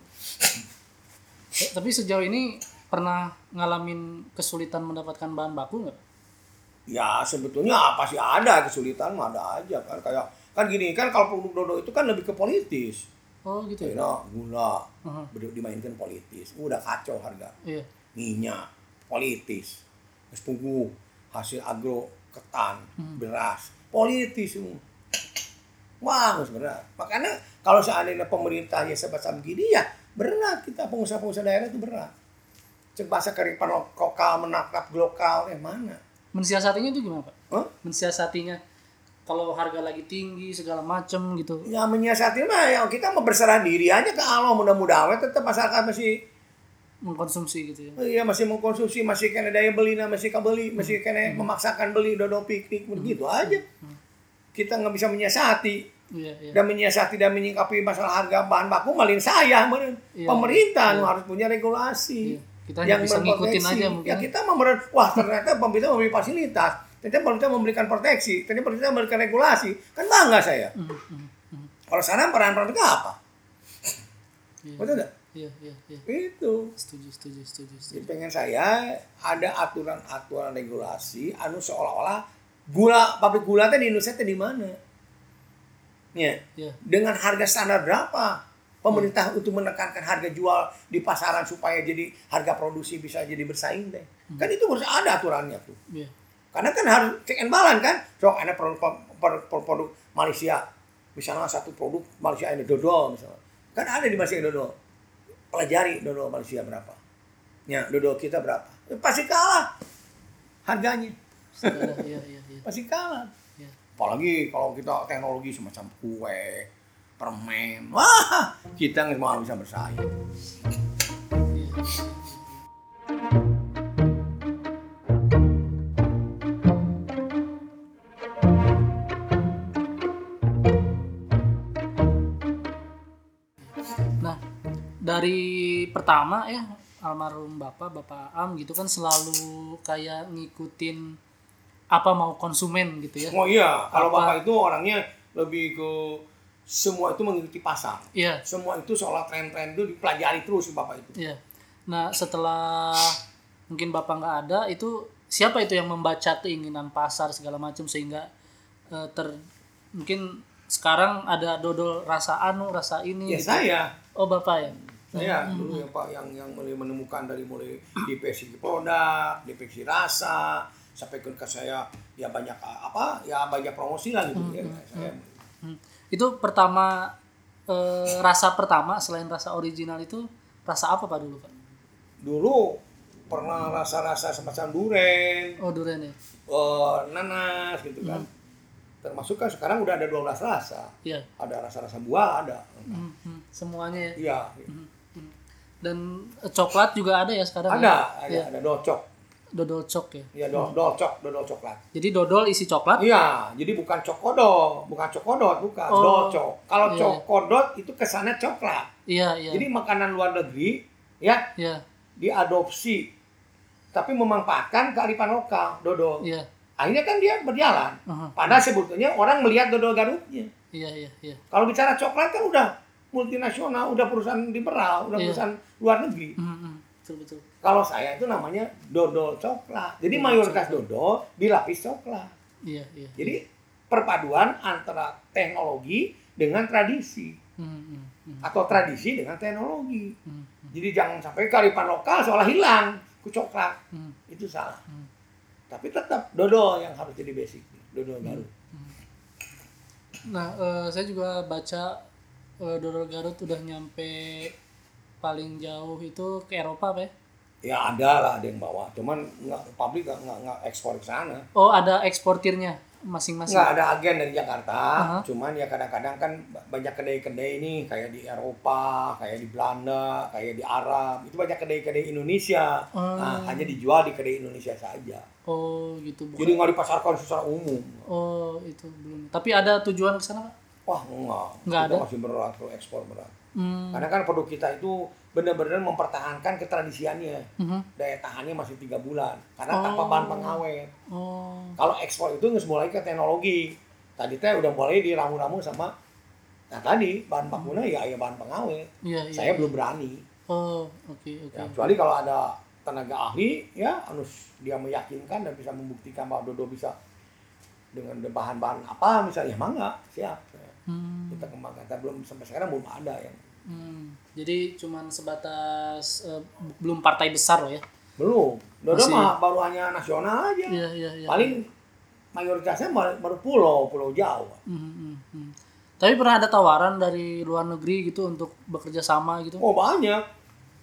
Eh, tapi sejauh ini pernah ngalamin kesulitan mendapatkan bahan baku nggak? Ya sebetulnya apa sih ada kesulitan mah ada aja kan kayak kan gini kan kalau produk Dodo itu kan lebih ke politis. Oh gitu ya. Nah, gula uh-huh. dimainkan politis. Udah kacau harga. Iya. Minyak politis. Es punggu hasil agro ketan, hmm. beras, politis semua. Wah, berat. Makanya kalau seandainya pemerintahnya sebesar begini ya berat kita pengusaha-pengusaha daerah itu berat. bahasa kearifan lokal menangkap lokal, eh mana? Mensiasatinya itu gimana Pak? Huh? Mensiasatinya kalau harga lagi tinggi segala macam gitu. Ya menyiasati mah ya kita mau berserah diri aja ke Allah, mudah-mudahan tetap masyarakat masih mengkonsumsi gitu ya. Iya masih mengkonsumsi, masih kena daya beli, masih kabeli, masih kena hmm. memaksakan beli dodo piknik begitu hmm. aja. Hmm. Kita nggak bisa menyiasati. Iya, iya. Dan menyiasati dan menyikapi masalah harga bahan baku malin saya, iya, pemerintah iya. harus punya regulasi. Iya. Kita yang bisa ngikutin aja mungkin. Ya kita memberi, wah ternyata pemerintah memberi fasilitas, ternyata pemerintah memberikan proteksi, ternyata pemerintah memberikan regulasi, kan bangga saya. Mm, mm, mm. Kalau sana peran pemerintah apa? Iya. Betul tidak? Iya, iya, iya. Itu. Setuju, setuju, setuju, setuju. Jadi pengen saya ada aturan-aturan regulasi, anu seolah-olah gula pabrik gula teh di Indonesia teh di mana? Ya. Yeah. Dengan harga standar berapa? Pemerintah yeah. untuk menekankan harga jual di pasaran supaya jadi harga produksi bisa jadi bersaing deh. Hmm. Kan itu harus ada aturannya tuh. Yeah. Karena kan harus check and balance kan. So ada produk, produk, produk Malaysia, misalnya satu produk Malaysia ini dodol misalnya. Kan ada di Malaysia dodol. Pelajari dodol Malaysia berapa. Ya, dodol kita berapa. Ya, pasti kalah harganya. Iya, iya, iya. Pasti kalah. Yeah. Apalagi kalau kita teknologi semacam kue, permen, wah kita nggak mau bisa bersaing. Nah dari pertama ya almarhum bapak bapak Am gitu kan selalu kayak ngikutin apa mau konsumen gitu ya. Oh iya kalau apa, bapak itu orangnya lebih ke semua itu mengikuti pasar. Iya. Semua itu soal tren-tren itu dipelajari terus bapak itu. Iya. Nah setelah mungkin bapak nggak ada itu siapa itu yang membaca keinginan pasar segala macam sehingga uh, ter mungkin sekarang ada dodol rasa anu rasa ini. Ya gitu. Saya. Oh bapak ya. Saya hmm. dulu yang pak yang yang mulai menemukan dari mulai di P S I produk, di P S I rasa sampai ke saya ya banyak apa ya banyak promosi lah gitu hmm. ya saya. Hmm. Itu pertama e, rasa pertama selain rasa original itu rasa apa Pak dulu Pak? Dulu pernah rasa-rasa semacam duren. Oh duren ya. Uh, nanas gitu kan. Hmm. Termasuk kan sekarang udah ada dua belas rasa. Iya. Ada rasa-rasa buah ada. Hmm, hmm. Semuanya ya. Iya. Hmm, hmm. Dan coklat juga ada ya sekarang? Ada, ya? ada, ya. ada docok. Dodol cok ya? Iya, do- dolcok, dodol coklat. Jadi dodol isi coklat? Iya, jadi bukan cokodot, bukan cokodot, bukan oh, dolcok. Kalau iya. cokodot itu kesannya coklat. Iya, iya. Jadi makanan luar negeri, ya, iya. diadopsi, tapi memanfaatkan kearifan lokal, dodol. Iya. Akhirnya kan dia berjalan. Uh-huh. Padahal sebetulnya orang melihat dodol Garutnya. Iya, iya, iya. Kalau bicara coklat kan udah multinasional, udah perusahaan liberal, udah iya. perusahaan luar negeri. Uh-huh. Betul, betul. Kalau saya itu namanya dodol coklat. Jadi dodol mayoritas coklat. Dodol dilapis coklat. Iya, iya. Jadi perpaduan antara teknologi dengan tradisi. Hmm, hmm, hmm. Atau tradisi dengan teknologi. Hmm, hmm. Jadi jangan sampai kearifan lokal seolah hilang ke coklat. Hmm. Itu salah. Hmm. Tapi tetap dodol yang harus jadi basic. Dodol Garut. Hmm. Hmm. Nah, uh, saya juga baca uh, dodol Garut udah nyampe paling jauh itu ke Eropa Pak ya? Ya ada lah ada yang bawa, cuman nggak pabrik nggak nggak nggak ekspor ke sana. Oh ada eksportirnya masing-masing? Nggak ada agen dari Jakarta, uh-huh. cuman ya kadang-kadang kan banyak kedai-kedai ini kayak di Eropa, kayak di Belanda, kayak di Arab, itu banyak kedai-kedai Indonesia, uh. nah hanya dijual di kedai Indonesia saja. Oh gitu. Bukan. Jadi nggak dipasarkan secara umum. Oh itu belum. Tapi ada tujuan ke sana Pak? Wah enggak. Nggak kita ada. Masih berat kalau ekspor berat. Hmm. Karena kan produk kita itu benar-benar mempertahankan ketradisiannya. Uh-huh. Daya tahannya masih tiga bulan. Karena oh. tanpa bahan pengawet. Oh. Kalau ekspor itu nggak mulai ke teknologi. Tadi teh udah mulai diramu-ramu sama. Nah tadi bahan bakunya hmm. ya ya bahan pengawet. Ya, ya, Saya ya. belum berani. Oh oke okay, oke. Okay. Ya, kecuali kalau ada tenaga ahli ya, anus dia meyakinkan dan bisa membuktikan bahwa Dodo bisa dengan bahan-bahan apa misalnya, ya mangga siap. Hmm. Kita kembangkan, tapi belum sampai sekarang belum ada yang. Hmm. Jadi cuman sebatas uh, belum partai besar loh ya? Belum. Dodo mah baru hanya nasional aja. Iya, iya, iya. Paling mayoritasnya baru pulau, pulau Jawa. Hmm, hmm, hmm. Tapi pernah ada tawaran dari luar negeri gitu untuk bekerja sama gitu? Oh banyak.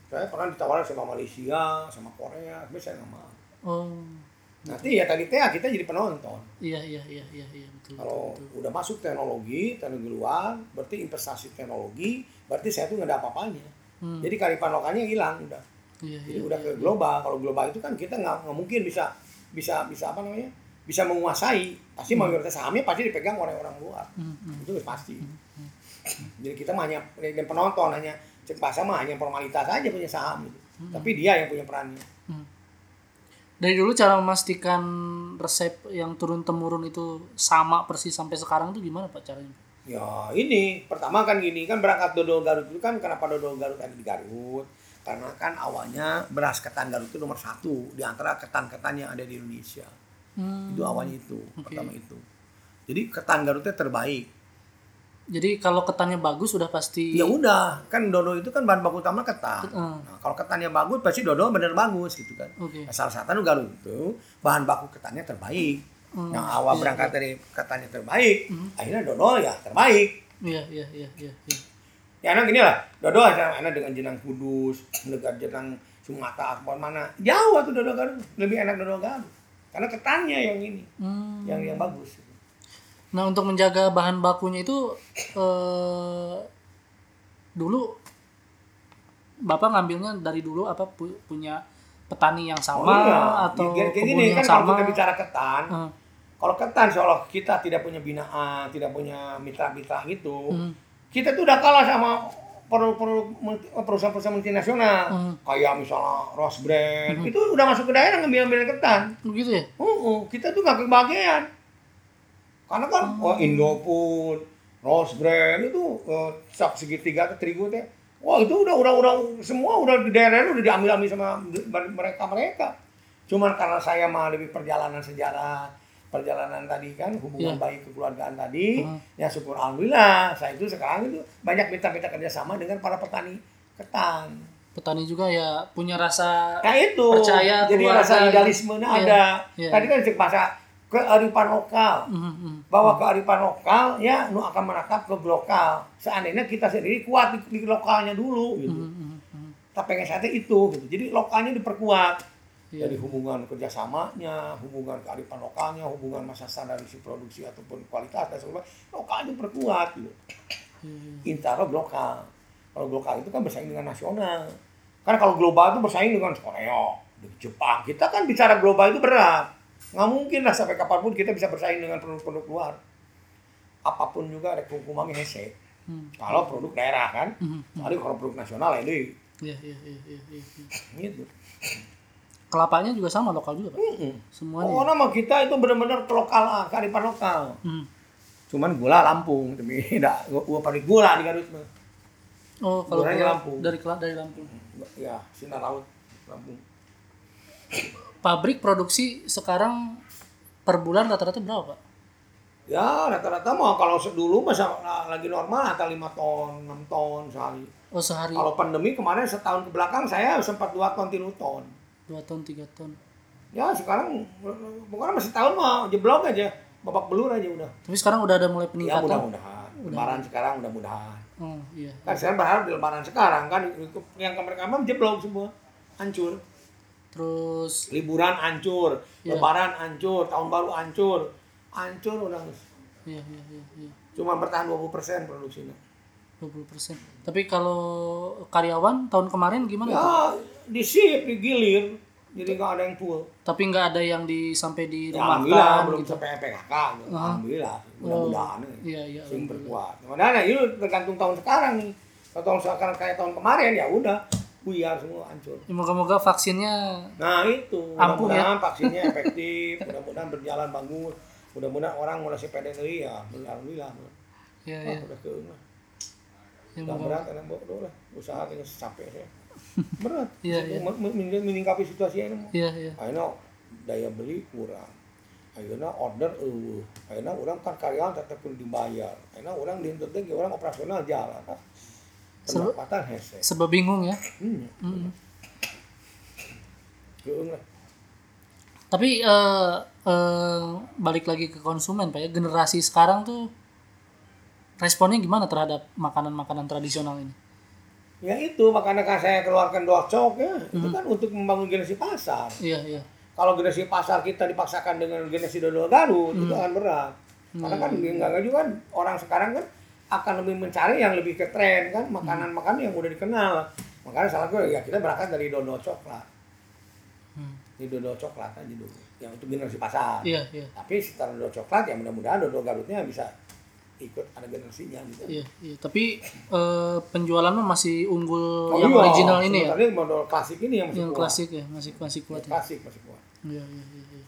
Saya pernah ditawarin sama Malaysia, sama Korea, tapi saya nggak mau. Oh. Nanti ya tadi teh kita jadi penonton. Iya iya iya iya iya betul. Kalau betul, betul. udah masuk teknologi, teknologi luar, berarti investasi teknologi, berarti saya tuh nggak ada apa-apanya. Hmm. Jadi kearifan lokalnya hilang udah. Iya, Jadi iya, udah iya, ke global. Iya. Kalau global itu kan kita nggak nggak mungkin bisa bisa bisa apa namanya? Bisa menguasai. Pasti hmm. mayoritas sahamnya pasti dipegang oleh orang luar. Hmm. Itu pasti. Hmm. Jadi kita hanya penonton, hanya cek pasar mah hanya formalitas aja punya saham gitu. Hmm. Tapi dia yang punya perannya. Hmm. Dari dulu cara memastikan resep yang turun temurun itu sama persis sampai sekarang tuh gimana Pak caranya? Ya ini pertama kan gini kan berangkat dodol Garut itu kan kenapa dodol Garut ada di Garut? Karena kan awalnya beras ketan Garut itu nomor satu di antara ketan-ketan yang ada di Indonesia. Hmm. Itu awalnya itu okay. Pertama itu. Jadi ketan Garutnya terbaik. Jadi kalau ketannya bagus sudah pasti. Ya udah, kan dodol itu kan bahan baku utama ketan. Uh. Nah, kalau ketannya bagus pasti dodol bener bagus gitu kan. Okay. Nah, salah satu Garut itu bahan baku ketannya terbaik. Uh, yang awal iya, berangkat iya. dari ketannya terbaik, uh. akhirnya dodol ya terbaik. Iya iya iya iya. iya. Ya enak gini lah, dodol enak dengan jenang Kudus, dengan jenang Sumatera, apa mana. Jauh tuh dodol Garut, lebih enak dodol Garut. Karena ketannya yang ini, hmm. yang yang bagus. Nah untuk menjaga bahan bakunya itu eh, dulu Bapak ngambilnya dari dulu apa pu- punya petani yang sama oh, iya. atau ya, kebun gini, yang kan sama? Kalau kita bicara ketan, hmm. kalau ketan seolah kita tidak punya binaan, tidak punya mitra-mitra gitu, hmm. kita tuh udah kalah sama perusahaan-perusahaan multinasional hmm. kayak misalnya Rose Brand hmm. itu udah masuk ke daerah ngambil-ngambil ketan. Begitu ya? Uh, uh, kita tuh nggak kebahagiaan. Karena kan hmm. oh, Indofood, Rose Brand itu uh, sak segitiga terigu teh. Wah, itu udah udah udah semua udah di daerah udah diambil-ambil sama mereka-mereka. Cuman karena saya mah lebih perjalanan sejarah, perjalanan tadi kan hubungan yeah. baik kekeluargaan tadi, hmm. ya syukur alhamdulillah saya itu sekarang itu banyak mitra-mitra kerjasama dengan para petani ketan. Petani juga ya punya rasa nah, itu. percaya, jadi rasa idealismenya yeah. ada. Yeah. Tadi kan cek bahasa kearifan lokal, mm-hmm. bahwa kearifan lokal ya nu akan menatap ke lokal. Seandainya kita sendiri kuat di, di lokalnya dulu, gitu. Mm-hmm. Tapi pengen saatnya itu, gitu. Jadi lokalnya diperkuat. Yeah. Jadi hubungan kerjasamanya, hubungan kearifan lokalnya, hubungan masa standarisasi produksi ataupun kualitas dan sebagainya, lokalnya diperkuat, gitu. Mm-hmm. Intara lokal. Kalau lokal itu kan bersaing dengan nasional. Karena kalau global itu bersaing dengan Korea, Jepang. Kita kan bicara global itu berat. Nggak mungkin lah sampai kapanpun kita bisa bersaing dengan produk-produk luar. Apapun juga ada hukumannya hese. Hmm. Kalau produk daerah kan, hmm. Tapi kalau produk nasional ini. Iya iya iya iya. Ya. Gitu. Kelapanya juga sama lokal juga Pak. Hmm. Semuanya. Oh nama kita itu benar-benar lokal, kearifan lokal. Hmm. Cuman gula Lampung, tapi tidak gua pabrik gula di Garut. Oh kalau gula Lampung. Dari dari Lampung. Ya Sinar Laut Lampung. Pabrik produksi sekarang per bulan rata-rata berapa Pak? Ya rata-rata mah kalau dulu masa lagi normal atau lima ton, enam ton sehari. Oh sehari. Kalau pandemi kemarin setahun ke belakang saya sempat dua ton, tiga ton. dua ton, tiga ton. Ya sekarang bukan masih tahun mah jeblok aja, babak belur aja udah. Tapi sekarang udah ada mulai peningkatan. Ya mudah-mudahan. Lebaran sekarang mudah-mudahan. Oh iya. Kan sekarang berharap di lebaran sekarang kan yang kamar-kamar jeblok semua, hancur. Terus liburan hancur, yeah. Lebaran hancur, tahun baru hancur, hancur udah. Iya iya iya. iya. Cuma bertahan dua puluh persen produksinya. dua puluh persen. Tapi kalau karyawan tahun kemarin gimana? Ya di shift, digilir, jadi nggak ada yang full. Tapi nggak ada yang di sampai di ya, alhamdulillah belum gitu. Sampai P K K, uh-huh. Alhamdulillah, mudah-mudahan oh, iya, iya, sing berkuat. Mudah-mudahan itu tergantung tahun sekarang nih. Kalau tahun sekarang kayak tahun kemarin ya udah. Buyar semua hancur. Ya, moga-moga vaksinnya nah itu ampuh mudah-mudahan ya? Vaksinnya efektif, mudah-mudahan berjalan bagus, mudah-mudahan orang mulai sepeda deui ya, alhamdulillah. Ya, ah, ya. Udah keung lah. Ya, udah berat kan bodoh lah, usaha tinggal capek saya. Berat. Iya, iya. Meningkapi situasi ini. Iya, iya. Ayeuna daya beli kurang. Ayeuna order eueuh. Ayeuna urang kan karyawan tetep kudu dibayar. Ayeuna urang dihenteu teh orang operasional jalan. Pendapatan hese. Sebab bingung ya. Hmm. Hmm. Tapi uh, uh, balik lagi ke konsumen Pak ya, generasi sekarang tuh responnya gimana terhadap makanan-makanan tradisional ini? Ya itu makanya kan saya keluarkan docok ya, hmm. itu kan untuk membangun generasi pasar. Iya, iya. Kalau generasi pasar kita dipaksakan dengan generasi dodol Garut hmm. itu akan berat. Karena kan hmm. enggak juga kan orang sekarang kan akan lebih mencari yang lebih ke tren kan, makanan-makanan yang udah dikenal. Makanya salah gue ya kita berangkat dari dodol coklat. Hmm. Di dodol coklat aja dulu. Yang itu generasi pasar. Iya, iya. Tapi setelah dodol coklat ya mudah-mudahan dodol Garutnya bisa ikut ada generasinya gitu. Iya, iya. Tapi uh, penjualannya masih unggul oh, yang iya. original ini ya. Tadi model klasik ini yang masih yang kuat. klasik ya, masih masih kuat. Ya, klasik masih kuat. Iya, iya, iya, iya.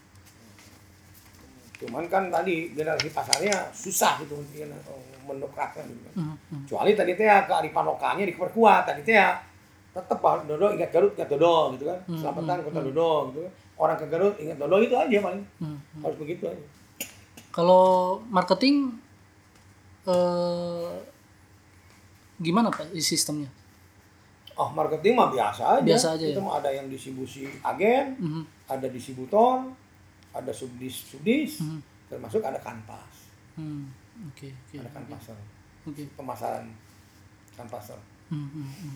Cuman kan tadi generasi pasarnya susah gitu mendokraknya gitu kan. Mm-hmm. Kecuali tadi teh kearifan lokalnya diperkuat tadi teh tetap Dodo ingat Garut ingat Dodo gitu kan. Mm-hmm. Selamatan kota Dodo gitu kan. Orang ke Garut ingat Dodo itu aja paling. Mm-hmm. Harus begitu aja. Kalau marketing eh, gimana Pak sistemnya? Oh, marketing mah biasa aja. Biasa aja. Itu ya? mah ada yang distribusi agen, mm-hmm. ada distributor, ada subdis-subdis, mm-hmm. termasuk ada kanvas. Hmm. Oke, okay, okay, ada kanvaser. Okay. Pemasaran kanvaser. Hmm, hmm, hmm.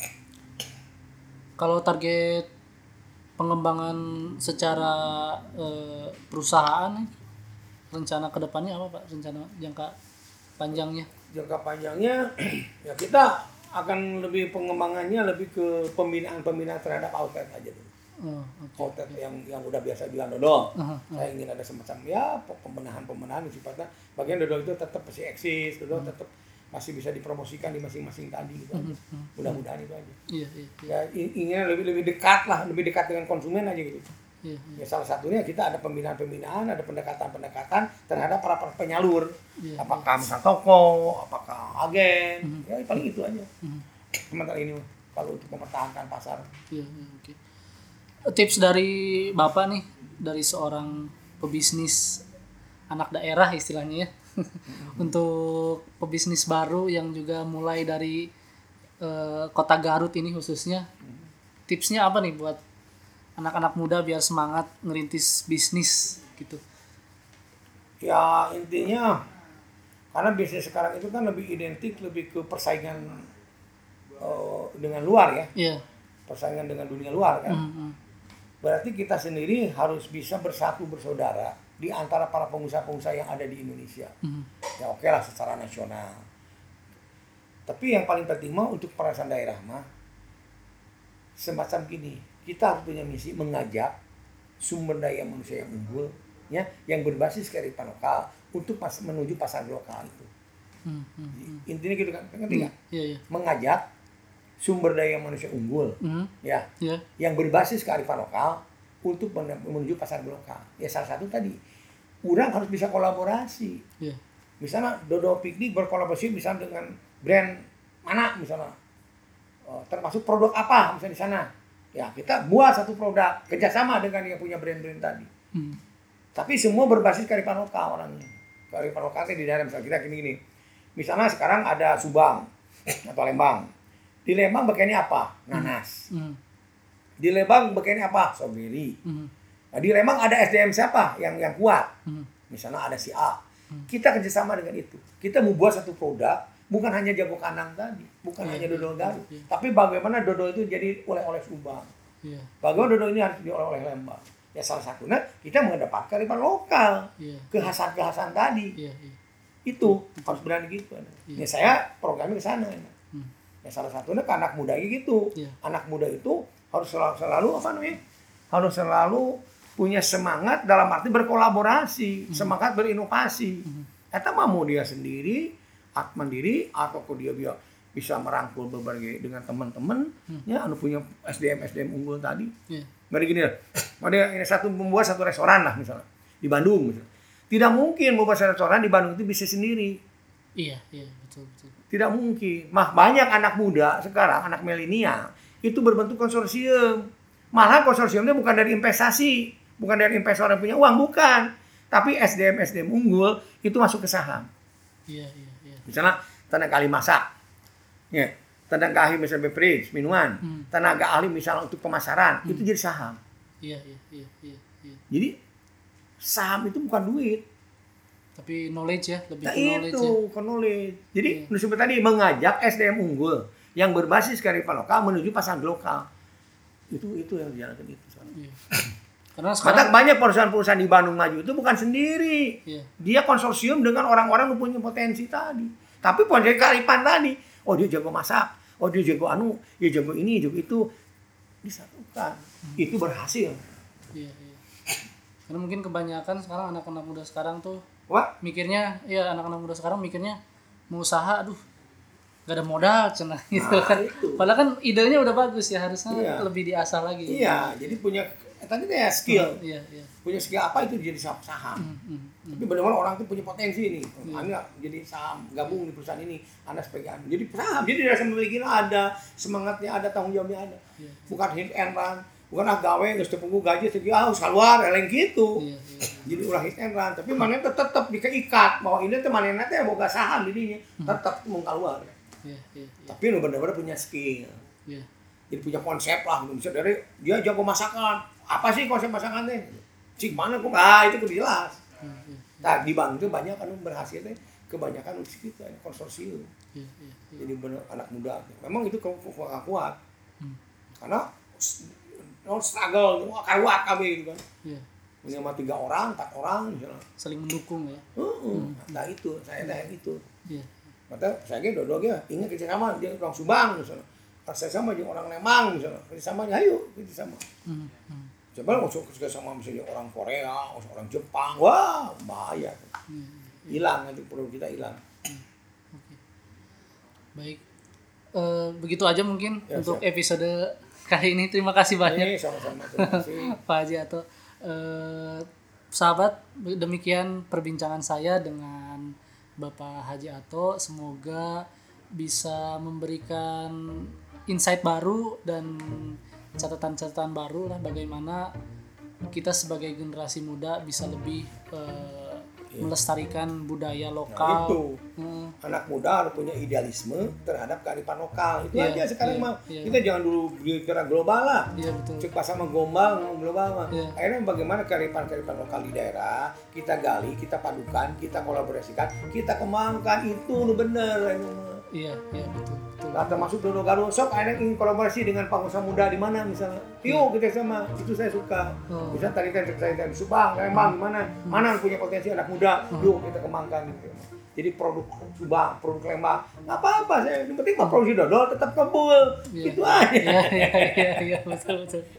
Kalau target pengembangan secara eh, perusahaan rencana kedepannya apa Pak? Rencana jangka panjangnya? Jangka panjangnya ya kita akan lebih pengembangannya lebih ke pembinaan-pembinaan terhadap outlet aja dulu. Oh, okay. Outlet yang yang udah biasa jualan dodol. Uh-huh. Saya ingin ada semacam ya pembenahan-pembenahan sifatnya. Bagian dodol itu tetap masih eksis, dodol uh-huh. tetap masih bisa dipromosikan di masing-masing tadi gitu. Uh-huh. Mudah-mudahan itu aja. Iya, iya, iya. Ya ingin lebih lebih dekat lah, lebih dekat dengan konsumen aja gitu. Iya, iya. Ya salah satunya kita ada pembinaan-pembinaan, ada pendekatan-pendekatan terhadap para penyalur. Iya, apakah iya. misal toko, apakah agen, uh-huh. ya paling itu aja. Uh-huh. Sementara ini kalau untuk mempertahankan pasar. Iya, iya, oke. Okay. Tips dari Bapak nih, dari seorang pebisnis anak daerah istilahnya ya, mm-hmm. untuk pebisnis baru yang juga mulai dari uh, kota Garut ini khususnya, mm-hmm. tipsnya apa nih buat anak-anak muda biar semangat ngerintis bisnis gitu? Ya intinya, karena bisnis sekarang itu kan lebih identik, lebih ke persaingan uh, dengan luar ya, yeah. persaingan dengan dunia luar kan. Mm-hmm. Berarti kita sendiri harus bisa bersatu bersaudara di antara para pengusaha-pengusaha yang ada di Indonesia. Mm-hmm. Ya oke lah secara nasional. Tapi yang paling penting mah untuk perasaan daerah mah semacam gini. Kita harus punya misi mengajak sumber daya manusia yang unggul, ya, yang berbasis kearifan lokal untuk pas, menuju pasar lokal itu. Mm-hmm. Intinya gitu kan, ngerti nggak? Mm-hmm. Yeah, yeah. Mengajak sumber daya manusia unggul, mm-hmm. ya, yeah. yang berbasis kearifan lokal untuk menuju pasar lokal. Ya salah satu tadi, orang harus bisa kolaborasi. Yeah. Misalnya Dodo Piknik berkolaborasi misalnya dengan brand mana misalnya, oh, termasuk produk apa misalnya di sana. Ya kita buat satu produk kerjasama dengan yang punya brand-brand tadi. Mm. Tapi semua berbasis kearifan lokal orangnya. Kearifan lokalnya di daerah misalnya kita gini-gini. Misalnya sekarang ada Subang atau Lembang. Di Lembang bagiannya apa? Nanas. Mm. Di Lembang bagiannya apa? Strawberry. Mm. Nah, di Lembang ada S D M siapa yang yang kuat? Mm. Misalnya ada si A. Mm. Kita kerjasama dengan itu. Kita mau buat satu produk, bukan hanya jago kanang tadi, bukan yeah, hanya dodol Garut, yeah, yeah. tapi bagaimana dodol itu jadi oleh-oleh Subang. Yeah. Bagaimana dodol ini harus diolah oleh Lembang. Ya salah satunya kita mengedepankan kearifan lokal, yeah. kekhasan-kekhasan tadi. Yeah, yeah. Itu yeah. harus berani gitu. Yeah. Ya saya programnya ke sana. Hmm. Ya salah satunya ke anak muda gitu. Yeah. Anak muda itu harus selalu, selalu apa namanya? Harus selalu punya semangat dalam arti berkolaborasi, hmm. semangat berinovasi. Hmm. Eta mah mau dia sendiri, mandiri atau kok dia dia bisa merangkul berbagai dengan teman-teman, hmm. ya anu punya S D M S D M unggul tadi. Yeah. Mari gini lah. Ada ini satu membuat satu restoran lah misalnya di Bandung misalnya. Tidak mungkin membuat satu restoran di Bandung itu bisa sendiri. Iya, iya, betul betul. Tidak mungkin. Mah banyak anak muda sekarang, anak milenial itu berbentuk konsorsium. Malah konsorsiumnya bukan dari investasi, bukan dari investor yang punya uang, bukan. Tapi S D M S D M unggul itu masuk ke saham. Iya, iya, iya. Misalnya tenaga ahli masak. Ya, tenaga ahli misalnya beverage, minuman. Hmm. Tenaga ahli misalnya untuk pemasaran, hmm. itu jadi saham. Iya, iya, iya, iya, iya. Jadi saham itu bukan duit. Tapi knowledge ya, lebih nah, ke knowledge itu, ya. Ke knowledge. Jadi, yeah. Nusubet tadi mengajak S D M unggul yang berbasis kearifan lokal menuju pasar lokal. Itu itu yang dijalankan itu. Iya. Karena Maka sekarang banyak perusahaan-perusahaan di Bandung Maju itu bukan sendiri. iya. Dia konsorsium dengan orang-orang yang punya potensi tadi. Tapi potensi kearifan tadi, oh dia jago masak, oh dia jago anu, dia jago ini, jago itu, disatukan. Hmm. Itu berhasil. Iya, iya. Karena mungkin kebanyakan sekarang anak-anak muda sekarang tuh Wah, mikirnya, ya anak-anak muda sekarang mikirnya mau usaha, aduh gak ada modal cenah gitu nah, kan. itu. Padahal kan idenya udah bagus ya, harusnya Iya. lebih diasah lagi. Iya, jadi punya tadi kayak skill. Hmm, iya, iya. Punya skill apa itu jadi saham. Hmm, hmm, hmm. Tapi benar-benar orang itu punya potensi ini. Iya. Anda jadi saham, gabung di perusahaan ini, Anda sebagai anu. Jadi saham, jadi rasa memiliki ada, semangatnya ada, tanggung jawabnya ada. Iya. Bukan hit and run, bukan ah gawe geus teu punggu gaji segi ah harus keluar eleng gitu. Iya, iya. Jadi ulah hit and run, tapi manehna teh tetep dikeikat bahwa ini teh manehna teh boga saham di dinya, tetep mau keluar. Iya, iya, iya. Tapi lu benar-benar punya skill. Iya. Jadi punya konsep lah, misalnya dari dia jago masakan. Apa sih konsep masakan teh? Cik mana kok? Ah itu kudu jelas. Iya, iya. Nah, di bank itu banyak kan berhasil teh kebanyakan usia kita konsorsium. Iya, iya, iya. Jadi benar anak muda. Memang itu kuat kuat. kuat. Hmm. Karena no struggle, kuat kami gitu kan. Iya. Punya mah tiga orang, empat orang misalnya. Saling mendukung ya. Heeh. Nah itu, saya dah yang itu. Iya. Maka saya ge dodol ge ingat kerja sama dia orang Subang misalnya. Saya sama jeung orang Lembang misalnya. Kerja sama ayo kerja sama. Hmm, hmm. Coba masuk kerja sama misalnya orang Korea, orang Jepang. Wah, bahaya. Hilang nanti produk kita hilang. Oke. Baik. Eh, begitu aja mungkin Ya, untuk siap. episode kali ini. Terima kasih banyak. Ini sama-sama terima kasih. Pak Haji Ato. Eh, sahabat, demikian perbincangan saya dengan Bapak Haji Ato. Semoga bisa memberikan insight baru dan catatan-catatan baru lah bagaimana kita sebagai generasi muda bisa lebih eh, melestarikan budaya Nah, lokal. itu. Hmm, Anak muda harus punya idealisme terhadap kearifan lokal. Itu Iya, aja sekarang iya, mah. iya. Kita jangan dulu dikira global lah. Iya betul. Cek pas sama gombal ngomong global mah. Iya. Akhirnya bagaimana kearifan-kearifan lokal di daerah kita gali, kita padukan, kita kolaborasikan, kita kembangkan itu lu bener anu mah. Iya, iya betul, betul. Nah, termasuk Dodo Garut, sok akhirnya ingin kolaborasi dengan pengusaha muda di mana misalnya. Yuk kita sama, itu saya suka. Oh. Misalnya tadi kan saya di Subang, Lembang, gimana? Mana yang punya potensi anak muda, yuk kita kembangkan gitu. Jadi produk Subang, produk Lembang, nggak apa-apa. Saya yang penting mah produksi dodol tetap kebul, Iya. itu aja. Iya, iya, iya, iya, betul, betul.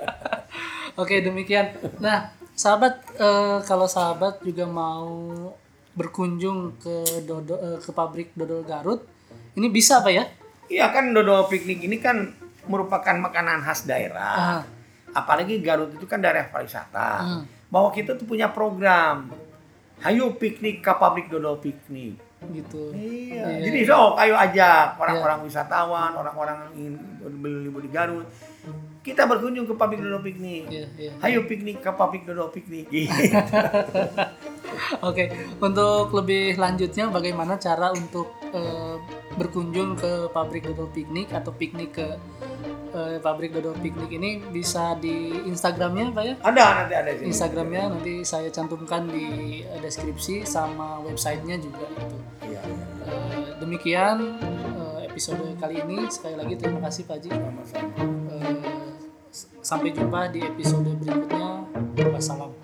Oke, demikian. Nah, sahabat, eh, kalau sahabat juga mau berkunjung ke dodo, eh, ke pabrik dodol Garut, ini bisa apa ya? Iya kan dodol piknik ini kan merupakan makanan khas daerah. Ah. Apalagi Garut itu kan daerah pariwisata. Hmm. Bahwa kita tuh punya program. Hayu piknik ke pabrik dodol piknik. Gitu. Iya. Iya. Jadi sok ayo ajak orang-orang wisatawan, orang-orang yang ingin berlibur di Garut. Kita berkunjung ke pabrik dodol piknik. Iya, iya. Hayu piknik ke pabrik dodol piknik. Gitu. Oke, untuk lebih lanjutnya bagaimana cara untuk eh, berkunjung ke pabrik dodol piknik atau piknik ke eh, pabrik dodol piknik ini bisa di Instagramnya Pak ya? Ada nanti ada di sini. Instagramnya nanti saya cantumkan di eh, deskripsi sama websitenya juga gitu. Iya. Eh, demikian eh, episode kali ini, sekali lagi terima kasih Pak Haji. Sama-sama. Eh, sampai jumpa di episode berikutnya. Wassalam.